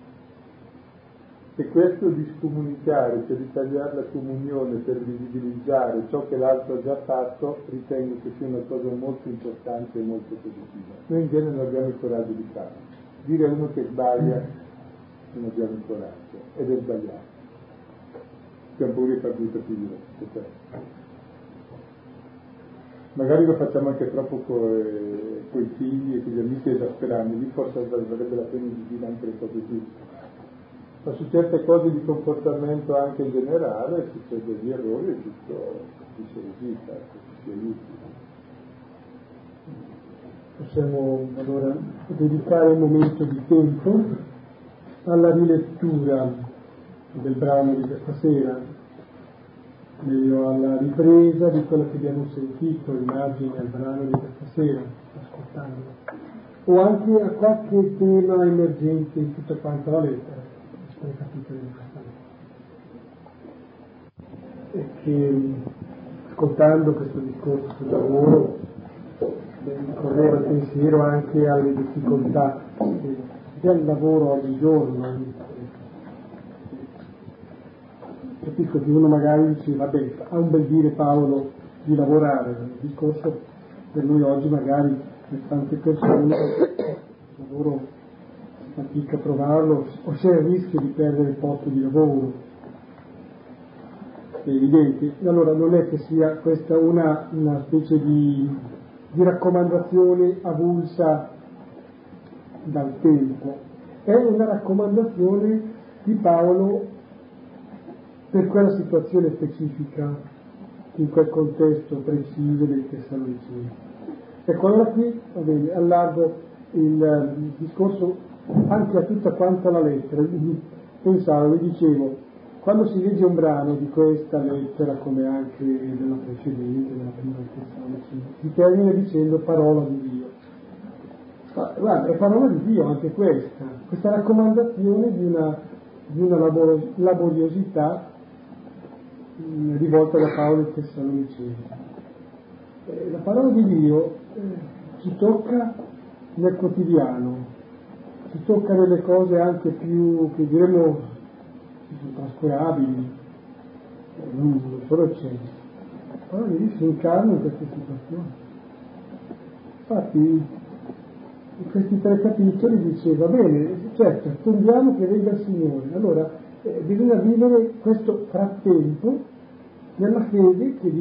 E questo di scomunicare, cioè di tagliare la comunione per visibilizzare ciò che l'altro ha già fatto, ritengo che sia una cosa molto importante e molto positiva. Noi in genere non abbiamo il coraggio di farlo. Dire a uno che sbaglia non abbiamo il coraggio, ed è sbagliato. Siamo pure far brutta figura. Magari lo facciamo anche troppo coi figli e con gli amici esasperando, lì forse varrebbe la pena di dire anche le cose giuste. Ma su certe cose di comportamento anche in generale succede gli errori e tutto ci si resista, ci si aiuti. Possiamo allora dedicare un momento di tempo alla rilettura del brano di questa sera, meglio alla ripresa di quello che abbiamo sentito in margine al brano di questa sera, ascoltando, o anche a qualche tema emergente in tutta quanta la lettera, nei capitoli di questa lettera. E che ascoltando questo discorso sul lavoro mi correva il pensiero anche alle difficoltà del lavoro oggigiorno. Capisco che uno magari dice: vabbè, ha un bel dire Paolo di lavorare, il discorso per noi oggi magari per tante persone il lavoro si fatica a trovarlo o c'è il rischio di perdere il posto di lavoro, è evidente. Allora non è che sia questa una specie di raccomandazione avulsa dal tempo, è una raccomandazione di Paolo per quella situazione specifica, in quel contesto preciso dei Tessalonicesi. Ecco, allora qui allargo il discorso anche a tutta quanta la lettera. Pensavo, vi dicevo, quando si legge un brano di questa lettera, come anche della precedente, della prima Tessalonicesi, si termina dicendo parola di Dio. Ma guarda, è parola di Dio anche questa raccomandazione di una laboriosità rivolta da Paolo ai Tessalonicesi. La parola di Dio ci tocca nel quotidiano, ci tocca nelle cose anche più, che diremmo, trascurabili, non solo eccelsi. La parola di Dio si incarna in queste situazioni. Infatti in questi 3 capitoli diceva: bene, certo, attendiamo che venga il Signore, allora bisogna vivere questo frattempo nella fede che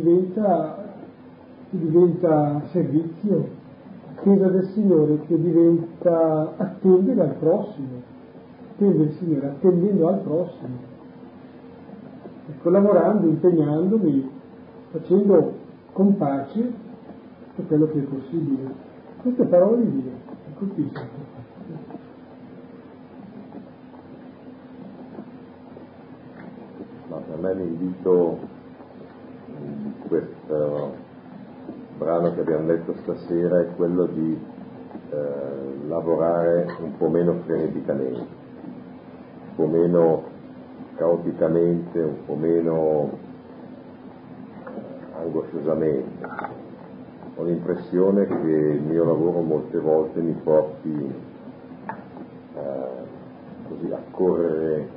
diventa servizio, attesa del Signore, che diventa attendere al prossimo, attendere il Signore attendendo al prossimo, lavorando, impegnandomi, facendo con pace tutto quello che è possibile. Queste parole di Dio mi colpiscono. Ma per me l'invito in questo brano che abbiamo letto stasera è quello di lavorare un po' meno freneticamente, un po' meno caoticamente, un po' meno angosciosamente. Ho l'impressione che il mio lavoro molte volte mi porti così a correre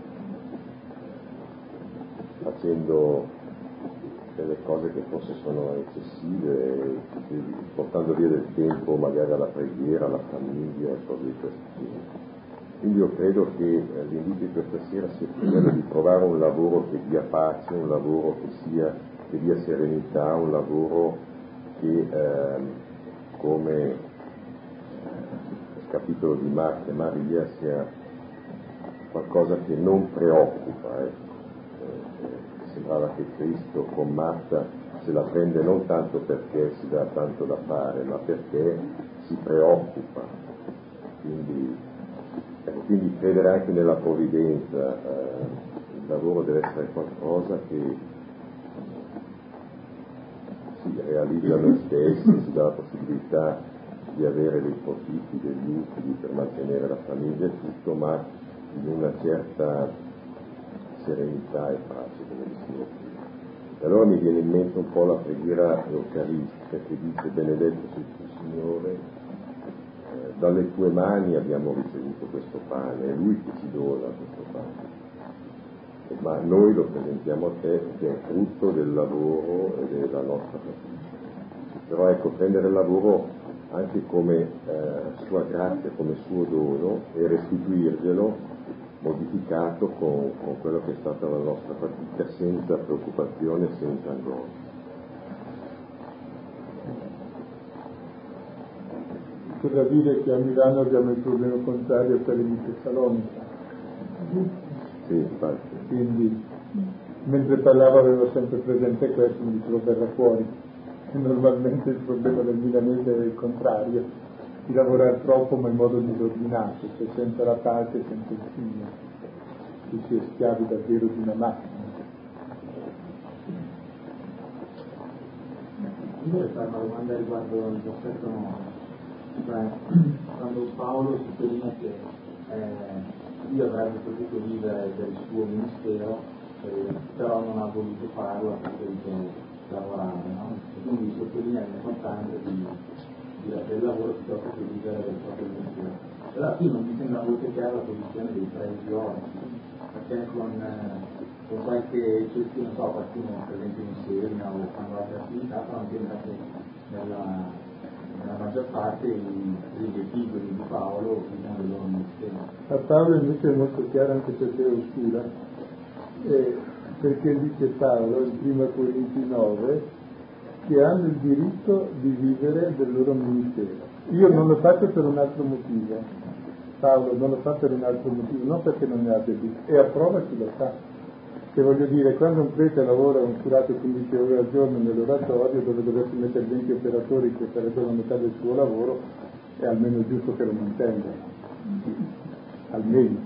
facendo delle cose che forse sono eccessive, portando via del tempo magari alla preghiera, alla famiglia, cose di questo genere. Quindi io credo che l'invito di questa sera sia quello di trovare un lavoro che dia pace, un lavoro che dia serenità, un lavoro che come capitolo di Marta e Maria sia qualcosa che non preoccupa, ecco. Sembrava che Cristo con Marta se la prende non tanto perché si dà tanto da fare, ma perché si preoccupa. Quindi credere anche nella provvidenza, il lavoro deve essere qualcosa che si realizza noi stessi, si dà la possibilità di avere dei profitti, degli utili per mantenere la famiglia e tutto, ma in una certa serenità e pace, come dicevo prima. E allora mi viene in mente un po' la preghiera eucaristica che dice: benedetto sei tu Signore, dalle tue mani abbiamo ricevuto questo pane, è Lui che ci dona questo pane, ma noi lo presentiamo a te che è frutto del lavoro e della nostra fatica. Però ecco, prendere il lavoro anche come sua grazia, come suo dono, e restituirglielo modificato con quello che è stata la nostra fatica, senza preoccupazione, senza angoscia. C'è da dire che a Milano abbiamo il problema contrario per i Tessalonica. Sì, infatti. Quindi, mentre parlavo avevo sempre presente questo, mi dicevo verrà fuori. E normalmente il problema del milanese è il contrario, di lavorare troppo ma in modo disordinato, cioè senza la pace, senza il fine, che si è schiavi davvero di una macchina. Io vorrei fare una domanda riguardo il versetto 9, cioè quando Paolo sottolinea che Dio avrebbe potuto vivere del suo ministero, però non ha voluto farlo, ha preferito lavorare, no? E quindi sottolinea l'importanza del lavoro piuttosto che vivere del proprio ministero. Però qui non mi sembra molto chiara la posizione dei tre geologi, perché con qualche eccezione, non so, qualcuno presente in Siena o fanno altre attività, però mi sembra che nella maggior parte gli epigoni di Paolo vivono del loro ministero. A Paolo invece è molto chiaro, anche se è oscura, perché dice Paolo in 1 Corinzi 9 che hanno il diritto di vivere del loro ministero. Io non lo faccio per un altro motivo, Paolo non lo fa per un altro motivo, non perché non ne abbia diritto, e a prova chi lo fa. Che voglio dire, quando un prete lavora un curato 15 ore al giorno nell'oratorio, dove dovesse mettere 20 operatori che sarebbero la metà del suo lavoro, è almeno giusto che lo mantenga, almeno.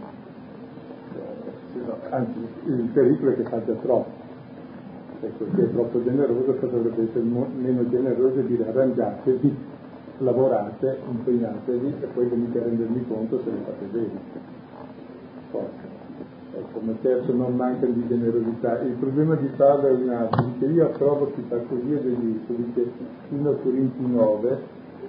Anzi, il pericolo è che faccia troppo. Ecco, se è troppo generoso, poi dovrebbe essere meno generoso e dire arrangiatevi, lavorate, impegnatevi e poi venite a rendermi conto se lo fate bene. Forse. Ecco, ma certo non mancano di generosità. Il problema di Paolo è un altro, dice io approvo chi fa così ed esisto, dice 1 Corinzi 9,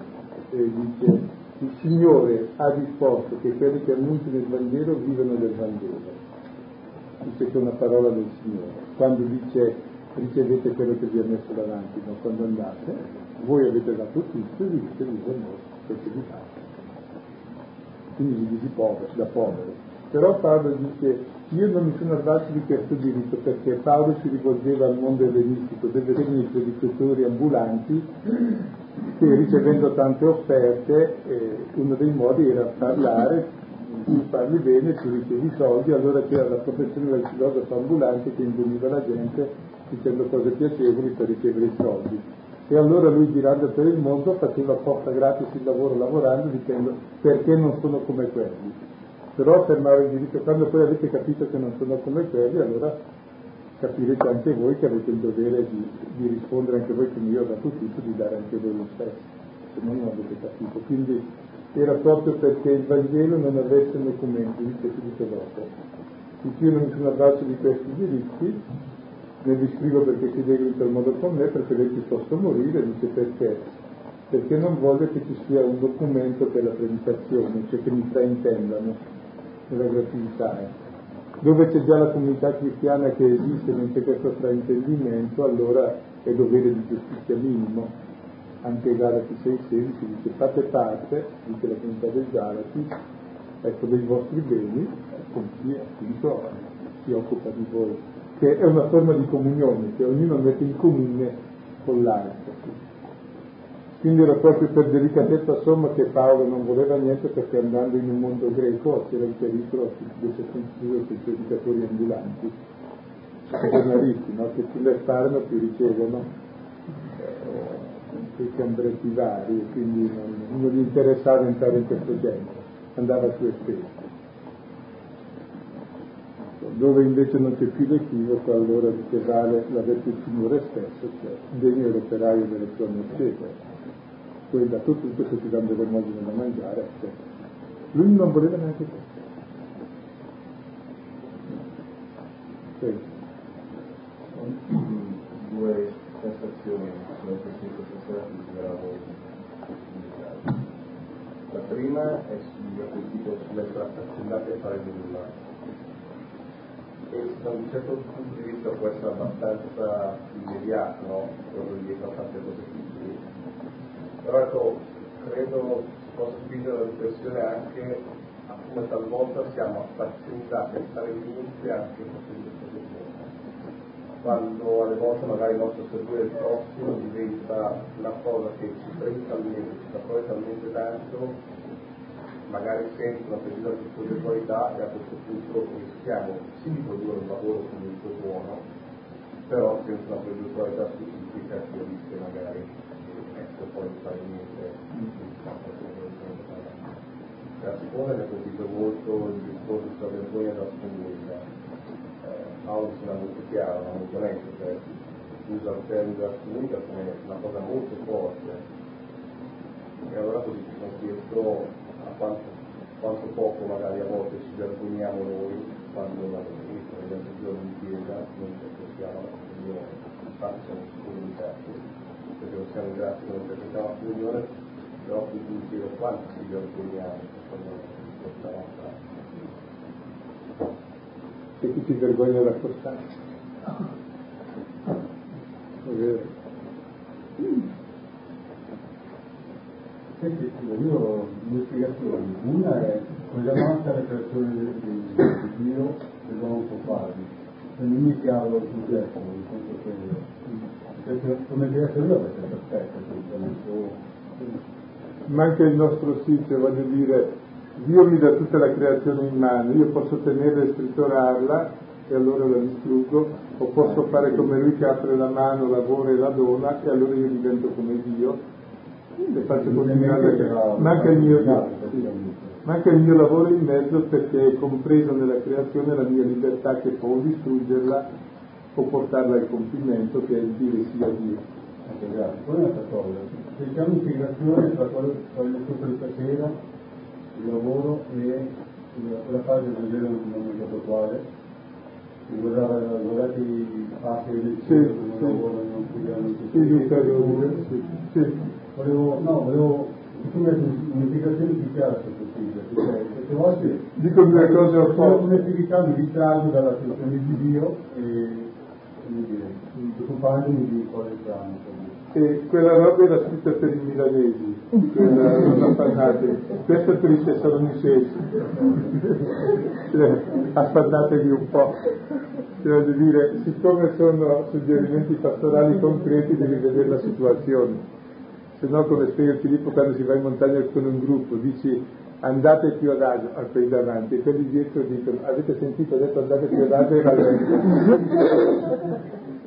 dice il Signore ha disposto che quelli che annunciano il Vangelo vivano del Vangelo. Dice che è una parola del Signore. Quando dice ricevete quello che vi ha messo davanti, ma quando andate, voi avete dato tutto e vivete vivo quel che vi fate. Quindi vi dici poveri, da poveri. Però Paolo dice, io non mi sono avvalso di questo diritto perché Paolo si rivolgeva al mondo ellenistico, deve tenere i predicatori ambulanti che ricevendo tante offerte, uno dei modi era parlare, tu parli bene, tu ricevi soldi, allora c'era la professione del filosofo ambulante che induriva la gente dicendo cose piacevoli per ricevere i soldi. E allora lui girando per il mondo faceva porta gratis il lavoro lavorando dicendo perché non sono come quelli. Però affermare il diritto, quando poi avete capito che non sono come quelli, allora capirete anche voi che avete il dovere di rispondere anche voi come io ho dato tutto, di dare anche voi lo stesso, se no non avete capito. Quindi era proprio perché il Vangelo non avesse documenti, dice subito dopo. Dice io non mi sono avvalso di questi diritti, ne vi scrivo perché si legano in tal modo con me, perché lei posso morire, dice perché? Perché non voglio che ci sia un documento per la predicazione, cioè che mi fraintendano nella gratuità. Dove c'è già la comunità cristiana che esiste, non c'è questo fraintendimento, allora è dovere di giustizia minimo. Anche Galati 6,16 dice fate parte, dice la comunità dei Galati, ecco, dei vostri beni, con chi appunto si occupa di voi, che è una forma di comunione, che ognuno mette in comune con l'altro. Quindi era proprio per delicatezza somma che Paolo non voleva niente, perché andando in un mondo greco c'era il pericolo che si conclude quei predicatori ambulanti, i giornalisti, no? Che più le sparano più ricevono, quei cambretti vari, e quindi non gli interessava entrare in questo genere, andava a sue spese. Dove invece non c'è più l'equivoco, allora dice vale l'avete il Signore stesso, cioè degno l'operaio delle sue mercede. Tu hai dato tutto, se ti danno delle mogli da mangiare, eccetera. Lui non voleva neanche questo. Due sensazioni sulle questioni questa sera che desideravo indicare. La prima è sull'essere affascinati a fare nulla. E da un certo punto di vista può essere abbastanza immediato, no? Quello dietro a tante cose piccole. Però ecco, credo si possa spingere la riflessione anche a come talvolta siamo affascinati a stare limiti anche facendo cose buone. Quando alle volte magari il nostro servire il prossimo diventa una cosa che ci prende talmente, ci fa talmente tanto, magari senza una precisa spiritualità, e a questo punto rischiamo sì di produrre un lavoro comunque buono, però senza una spiritualità specifica si rischia magari poi di fare niente. La seconda mi ha colpito molto il discorso sulla vergogna della scomunica. Paolo sembra molto chiaro, molto netto, cioè usa il termine della scomunica come una cosa molto forte. E allora così ci sono chiesto a quanto poco magari a volte ci vergogniamo noi quando la Chiesa, negli altri giorni di Chiesa, non ci ascoltiamo la comunione, infatti siamo comunicati, perché non siamo grati che non ci ascoltiamo la comunione, però appunto mi chiedo quanto ci vergogniamo questa nostra. E chi si vergogna da costanza. È vero. Senti, io ho due spiegazioni. Una è cosa manca la creazione di Dio che l'uomo può fare. Se non mi è chiaro il concetto, nel senso che come deve essere io avete perfetto, Manca il nostro sì, cioè voglio dire, Dio mi dà tutta la creazione in mano, io posso tenerla e scritturarla e allora la distruggo, o posso fare come lui che apre la mano, lavora e la dona e allora io divento come Dio. E faccio continuare, manca il mio Dio, sì. Manca il mio lavoro in mezzo, perché è compreso nella creazione la mia libertà che può distruggerla o portarla al compimento, che è il dire sì a Dio. Grazie. Poi un'altra cosa, se c'è un'integrazione tra quello che ho detto questa sera, il lavoro e quella fase del vero non è stato quale, guardate i passi del cielo, non lavoro, non studiano, sì. Volevo tu metti un'integrazione più chiara se possibile, perché certe volte dico due cose opposte. Un'attività mi distraggo dalla funzione di Dio e preoccupandomi di cose strane. E quella roba era scritta per i milanesi, quella non affannate, questa per i tessalonicesi, cioè, affannatevi un po', cioè di dire, siccome sono suggerimenti pastorali concreti devi vedere la situazione. Se no, come spiega Filippo quando si va in montagna con un gruppo, dici andate più adagio a quelli davanti e quelli dietro dicono avete sentito, adesso andate più adagio e rallento.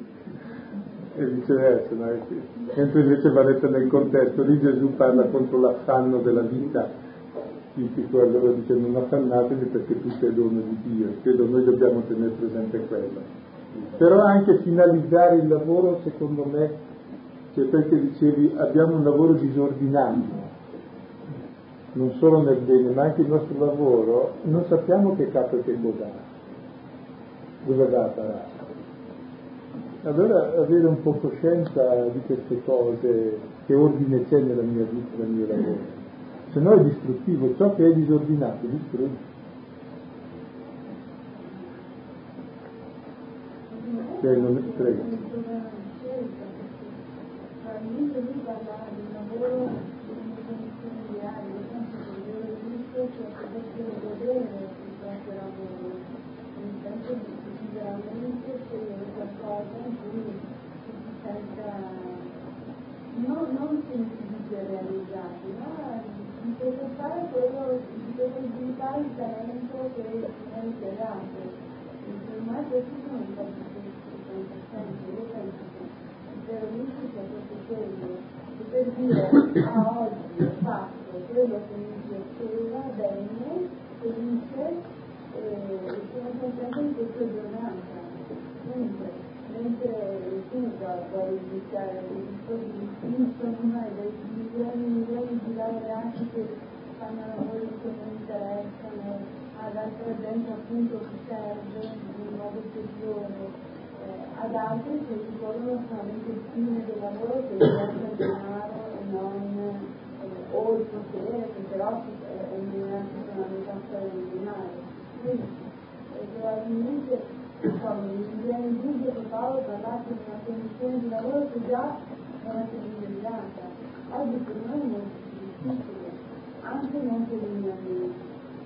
E viceversa, no? Mentre invece va detto nel contesto, lì Gesù parla contro l'affanno della vita tipico, allora dice non affannatevi perché tutto è dono di Dio, credo noi dobbiamo tenere presente quello. Però anche finalizzare il lavoro, secondo me, cioè perché dicevi abbiamo un lavoro disordinato, non solo nel bene ma anche il nostro lavoro non sappiamo che capo e che cosa ha, dove va a parare. Allora avere un po' coscienza di queste cose, che ordine c'è nella mia vita, nel mio lavoro, se no è distruttivo, ciò che è disordinato distrugge. Prego. All'inizio lui parlava del lavoro familiare, nel senso che il vero giusto cioè che deve godere di questo lavoro, nel senso che si veramente scegliere qualcosa in cui si senta non semplicemente essere realizzati, ma di poter fare quello, di poter sviluppare il talento che è ricreato. Ormai questi sono i fatti che sono presenti. Io penso che il vero rischio sia proprio quello, poter dire oggi ho fatto quello che mi piaceva bene, felice, e sono contenta di questa giornata. Mentre tu puoi iniziare il discorso dei milioni di laureati che fanno lavori che non interessano ad altra gente appunto che serve in modo peggiore, ad altri che ricorrono solamente il fine del lavoro che diventa il denaro e non o il potere, che però è una metafora del denaro. Quindi probabilmente mi viene il dubbio che Paolo parlasse di una condizione di lavoro che già era privilegiata. Oggi per noi è molto difficile, anche non per il mio amico.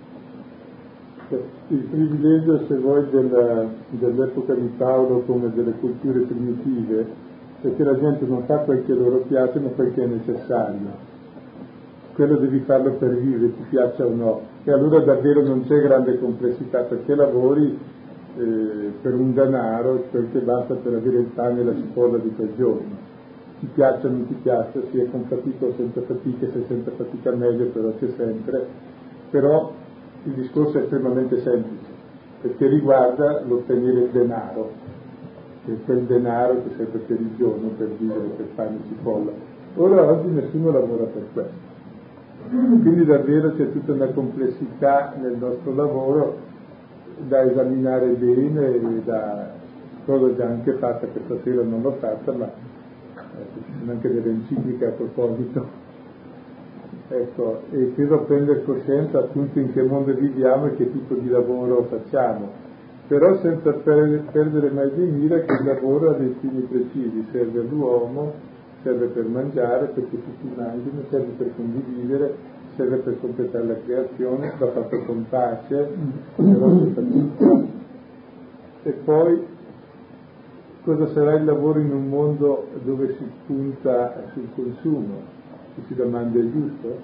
Il privilegio, se vuoi, dell'epoca di Paolo come delle culture primitive è che la gente non fa quel che loro piace ma quel che è necessario. Quello devi farlo per vivere, ti piaccia o no, e allora davvero non c'è grande complessità, perché lavori per un denaro, quel che basta per avere il pane e la cipolla di quel giorno. Ti piaccia o non ti piaccia, sia con fatica o senza fatica, se senza fatica meglio, però c'è sempre. Però il discorso è estremamente semplice, perché riguarda l'ottenere il denaro, che è quel denaro che serve per il giorno, per vivere, per pane e cipolla. Ora oggi nessuno lavora per questo. Quindi davvero c'è tutta una complessità nel nostro lavoro da esaminare bene, e da cosa già anche fatta, che stasera non l'ho fatta, ma ci sono anche delle encicliche a proposito. Ecco, e credo prendere coscienza appunto in che mondo viviamo e che tipo di lavoro facciamo, però senza perdere mai di mira che il lavoro ha dei fini precisi, serve all'uomo, serve per mangiare, perché tutti mangiano, serve per condividere, serve per completare la creazione, va fatto con pace, però fatica. E poi cosa sarà il lavoro in un mondo dove si punta sul consumo, che si domanda è giusto?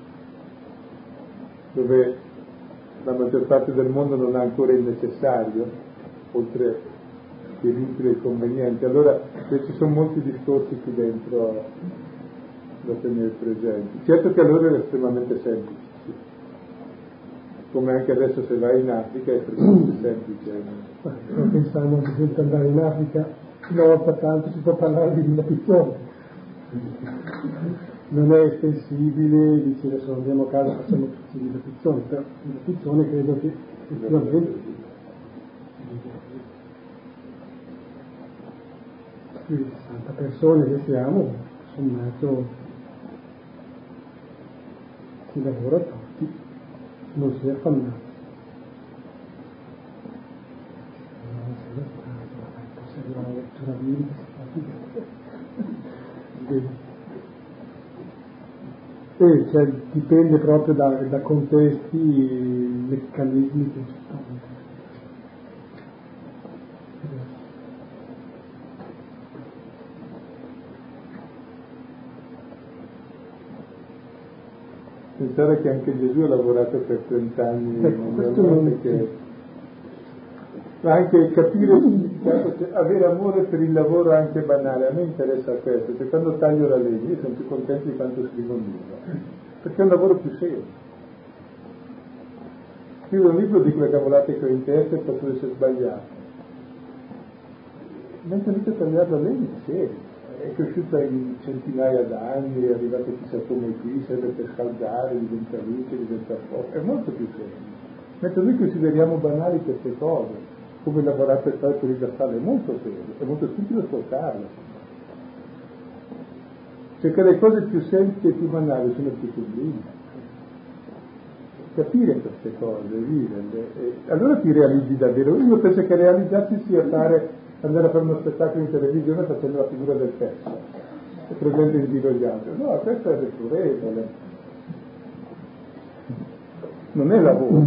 Dove la maggior parte del mondo non ha ancora il necessario, oltre che l'utile e il conveniente. Allora ci sono molti discorsi qui dentro da tenere presenti. Certo che allora era estremamente semplice, sì. Come anche adesso se vai in Africa è estremamente semplice. Sto pensando che senza andare in Africa una volta tanto si può parlare di dilatazione. Non è estensibile, dice adesso andiamo a casa facciamo tutti dilatazione, però dilatazione credo che effettivamente più di 60 persone che siamo, sommato si lavora tutti, non si è affannato. Se arriva la lettura biblica cioè, dipende proprio da contesti, meccanismi che ci sono. Pensare che anche Gesù ha lavorato per 30 anni, ma anche capire il significato, cioè avere amore per il lavoro anche banale. A me interessa questo, che quando taglio la legna io sono più contento di quanto scrivo un libro, perché è un lavoro più serio. Scrivo un libro di quelle cavolate che ho in testa e posso essere sbagliato, mentre invece tagliare la legna è serio. È cresciuta in centinaia d'anni, è arrivata chissà come qui, serve per scaldare, diventa luce, diventa fuoco, è molto più serio. Mentre noi consideriamo banali queste cose, come lavorare per fare pulire la sala, è molto serio, è molto stupido ascoltarlo. Cioè che le cose più semplici e più banali sono più sublimi. Capire queste cose, viverle, e allora ti realizzi davvero. Io penso che realizzarsi sia andare a fare uno spettacolo in televisione facendo la figura del pezzo e prendendo in giro gli altri. No, questo è deplorevole, non è lavoro.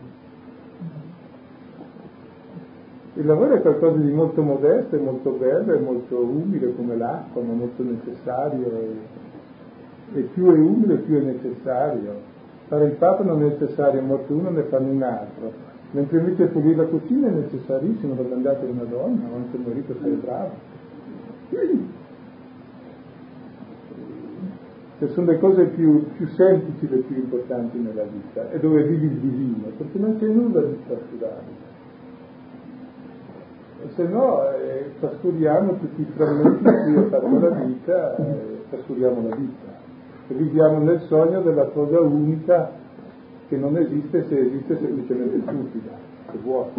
Il lavoro è qualcosa di molto modesto, è molto bello, è molto umile come l'acqua, ma molto necessario e più è umile più è necessario. Fare il Papa non è necessario, morto uno ne fanno un altro, mentre invece pulire la cucina è necessarissimo, lo mandate una donna, o anche il marito se è bravo. Cioè, sono le cose più semplici, le più importanti nella vita, e dove vivi il divino, perché non c'è nulla di trascurabile. E se no trascuriamo tutti i frammenti in cui è fatta la vita, trascuriamo la vita. E viviamo nel sogno della cosa unica che non esiste, se esiste semplicemente stupida, che vuota.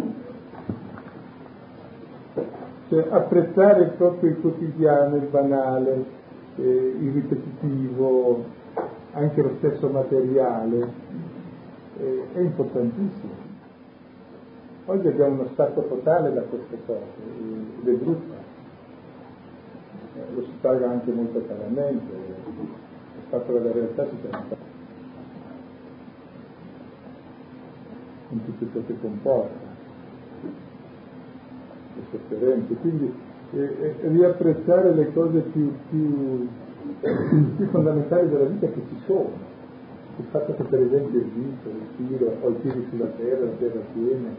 Cioè apprezzare proprio il quotidiano, il banale, il ripetitivo, anche lo stesso materiale, è importantissimo. Oggi abbiamo uno stacco totale da queste cose, ed è brutto. Lo si paga anche molto caramente, lo stacco dalla realtà si chiama in tutto ciò che comporta, le sofferenze, quindi riapprezzare le cose più fondamentali della vita che ci sono. Il fatto che per esempio esiste, respiro, ho i piedi sulla terra, la terra piena,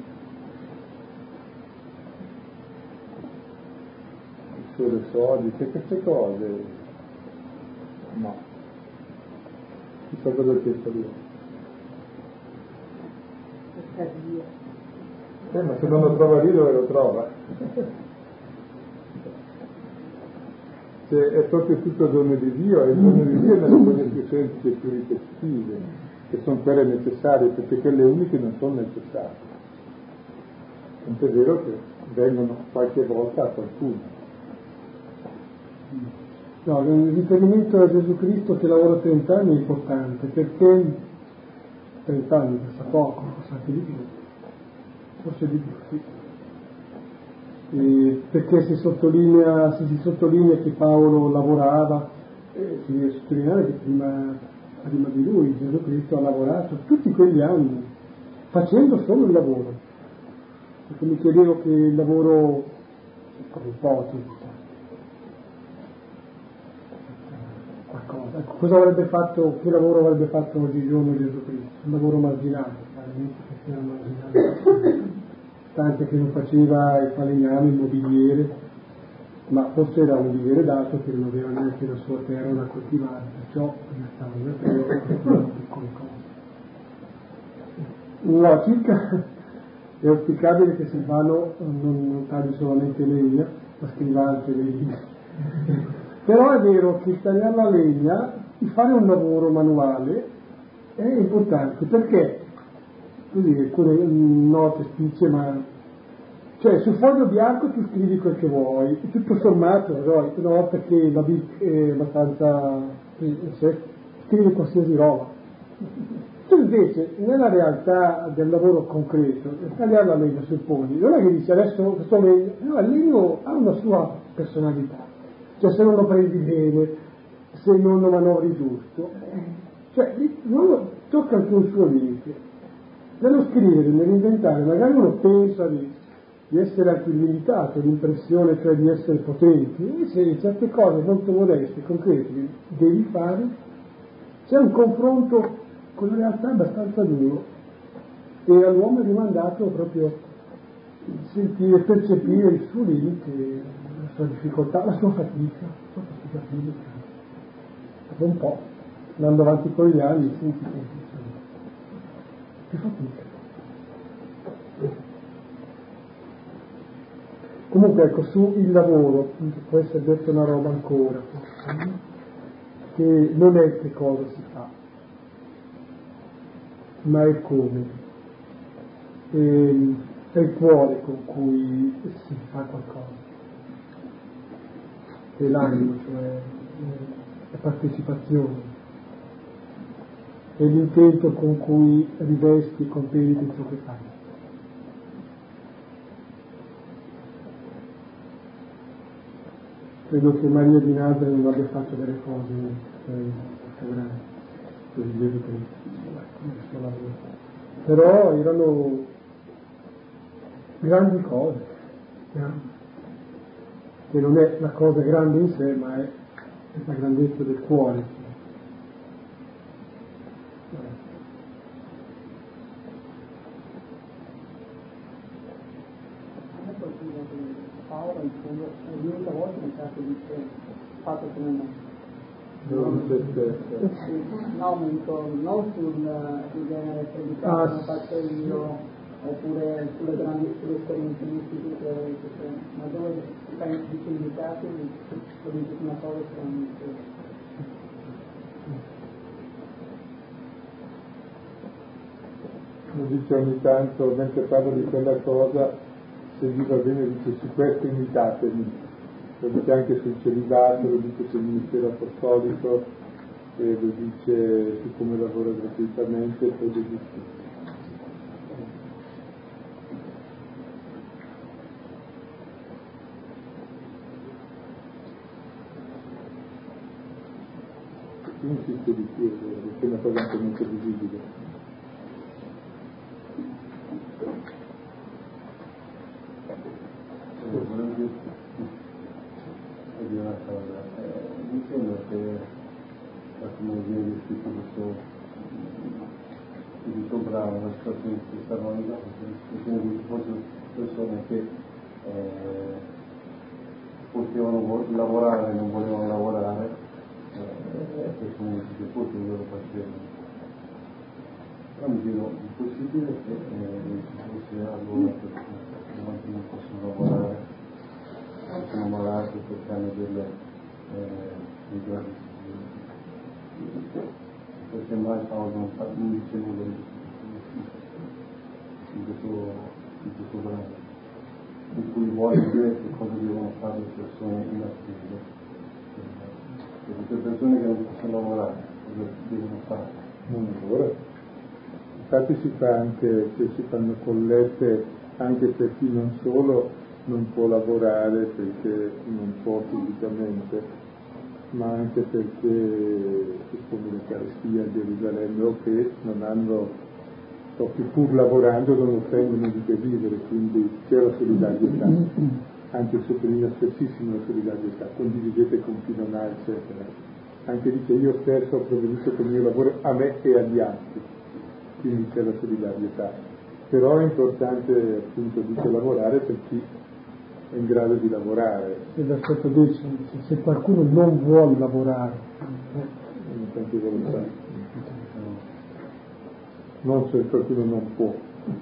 il sole sorge, queste cose no. Chissà cosa ho chiesto io. Ma se non lo trova lì dove lo trova? Cioè, è proprio tutto dono di Dio, e il dono di Dio è nelle cose più semplici e più ripetitive, che sono quelle necessarie, perché quelle uniche non sono necessarie. Tant'è vero che vengono qualche volta a qualcuno. No, il riferimento a Gesù Cristo che lavora 30 anni è importante, perché 30 anni passa poco, forse anche di più, forse di più, sì. Perché si sottolinea che Paolo lavorava, si deve sottolineare che prima di lui Gesù Cristo ha lavorato tutti quegli anni facendo solo il lavoro, perché mi chiedevo che il lavoro come ipotesi qualcosa, ecco, cosa avrebbe fatto, che lavoro avrebbe fatto oggigiorno Gesù Cristo? Un lavoro marginale, che era marginale, tante che non faceva il falegname, il mobiliere, ma forse era un mobiliere dato che non aveva neanche la sua terra da coltivare, perciò stava nella terra e coltivava piccole cose. In logica è auspicabile che Silvano non tagli solamente legna, ma scriva anche le linee. Però è vero che tagliare la legna, fare un lavoro manuale è importante, perché così alcune note spicce, ma cioè sul foglio bianco tu scrivi quel che vuoi, tutto sommato, no? Una volta che la BIC è abbastanza scrivi qualsiasi roba. Tu invece nella realtà del lavoro concreto, tagliare la legna, supponi, non è che dici adesso questo legno, no, il legno ha una sua personalità, cioè se non lo prendi bene, se non lo manovri giusto, cioè tocca anche un suo limite. Nello scrivere, nell'inventare, magari uno pensa di essere anche limitato, l'impressione cioè di essere potenti, e se certe cose molto modeste, concrete, devi fare, c'è un confronto con la realtà abbastanza duro, e all'uomo è rimandato proprio sentire, percepire il suo limite, la sua difficoltà, la sua fatica fisica. Dopo un po', andando avanti con gli anni, senti che fatica. Comunque ecco, su il lavoro può essere detto una roba ancora, che non è che cosa si fa, ma è come, è il cuore con cui si fa qualcosa, è l'animo, cioè la partecipazione, è l'intento con cui rivesti e competi ciò che fai. Credo che Maria di Nazareth non abbia fatto delle cose grandi, così Gesù Cristo, però erano grandi cose, che non è la cosa grande in sé, ma è la grandezza del cuore Paolo in fondo è l'unica volta che che dice fatto come me. Non se stesso. No, non sul genere predicato come faccio io, oppure sulle grandi esperienze mistiche, ma dove dice indicati lo dice una cosa estremamente. Lo dice ogni tanto, mentre parla di quella cosa, se vi va bene dice su questo imitatemi, lo dice anche sul celibato, lo dice sul ministero apostolico, e lo dice su come lavora gratuitamente, e lo dice. Insiste di più, perché è una cosa anche molto visibile. Una cosa, mi sembra che come viene descritto questo brano, la situazione che si sta analizzando, mi sembra che ci fossero persone che potevano lavorare e non volevano lavorare, e persone che potevano facevano. Però mi chiedo, è possibile che ci fosse allora persone che non possono lavorare, sono malati perché hanno delle perché mai Paolo non dice nulla in questo brano, in cui vuole dire che cosa devono fare le persone in attesa, perché le persone che non possono lavorare cosa devono fare? Non lavora. Infatti si fa anche, che si fanno collette anche per chi non solo non può lavorare perché non può fisicamente, ma anche perché, come l'Eucaristia a Gerusalemme, o che non hanno, o che pur lavorando non ottengono di che vivere, quindi c'è la solidarietà, anche il sottolinea spessissimo la solidarietà, condividete con chi non ha, eccetera. Anche dice io stesso ho provveduto con il mio lavoro a me e agli altri, quindi c'è la solidarietà. Però è importante, appunto, dice lavorare per chi è in grado di lavorare. Il versetto dice, se qualcuno non vuole lavorare, non se qualcuno non può.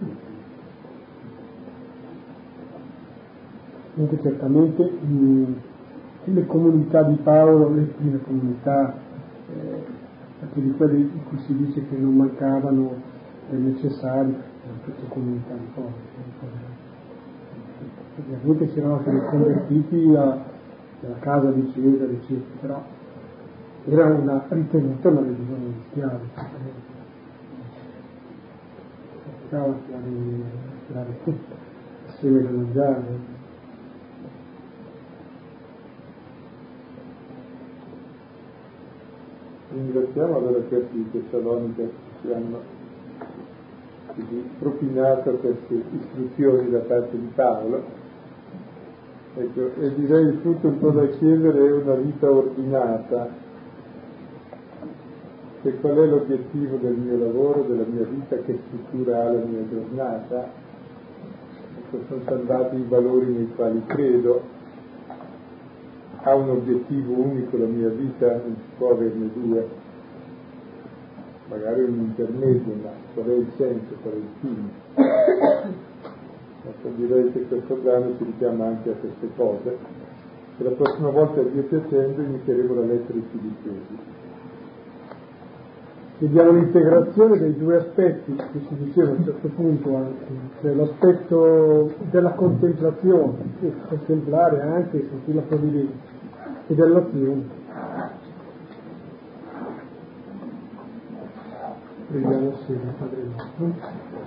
Comunque certamente le comunità di Paolo, le prime comunità, anche di quelle in cui si dice che non mancavano le necessarie, erano tutte comunità di poveri. Ovviamente c'erano anche dei convertiti alla casa di Cesare, eccetera, però era una ritenuta una religione di schiavi. Cercava di tirare assieme da mangiare. Ringraziamo allora questi di Tessalonica che ci hanno così propinato queste istruzioni da parte di Paolo. Ecco, e direi il tutto un po' da chiedere è una vita ordinata. E qual è l'obiettivo del mio lavoro, della mia vita, che struttura ha la mia giornata? Ecco, sono salvati i valori nei quali credo. Ha un obiettivo unico la mia vita, non si può averne due. Magari un intermedio, ma qual è il senso, qual è il fine? Ecco, direi che questo brano ci richiama anche a queste cose. E la prossima volta, Dio piacendo, inizieremo la lettera ai Filippesi. Vediamo l'integrazione dei due aspetti che si diceva a un certo punto anche, cioè l'aspetto della contemplazione, contemplare anche sentire la provvidenza, e dell'azione. Preghiamo sempre, Padre nostro.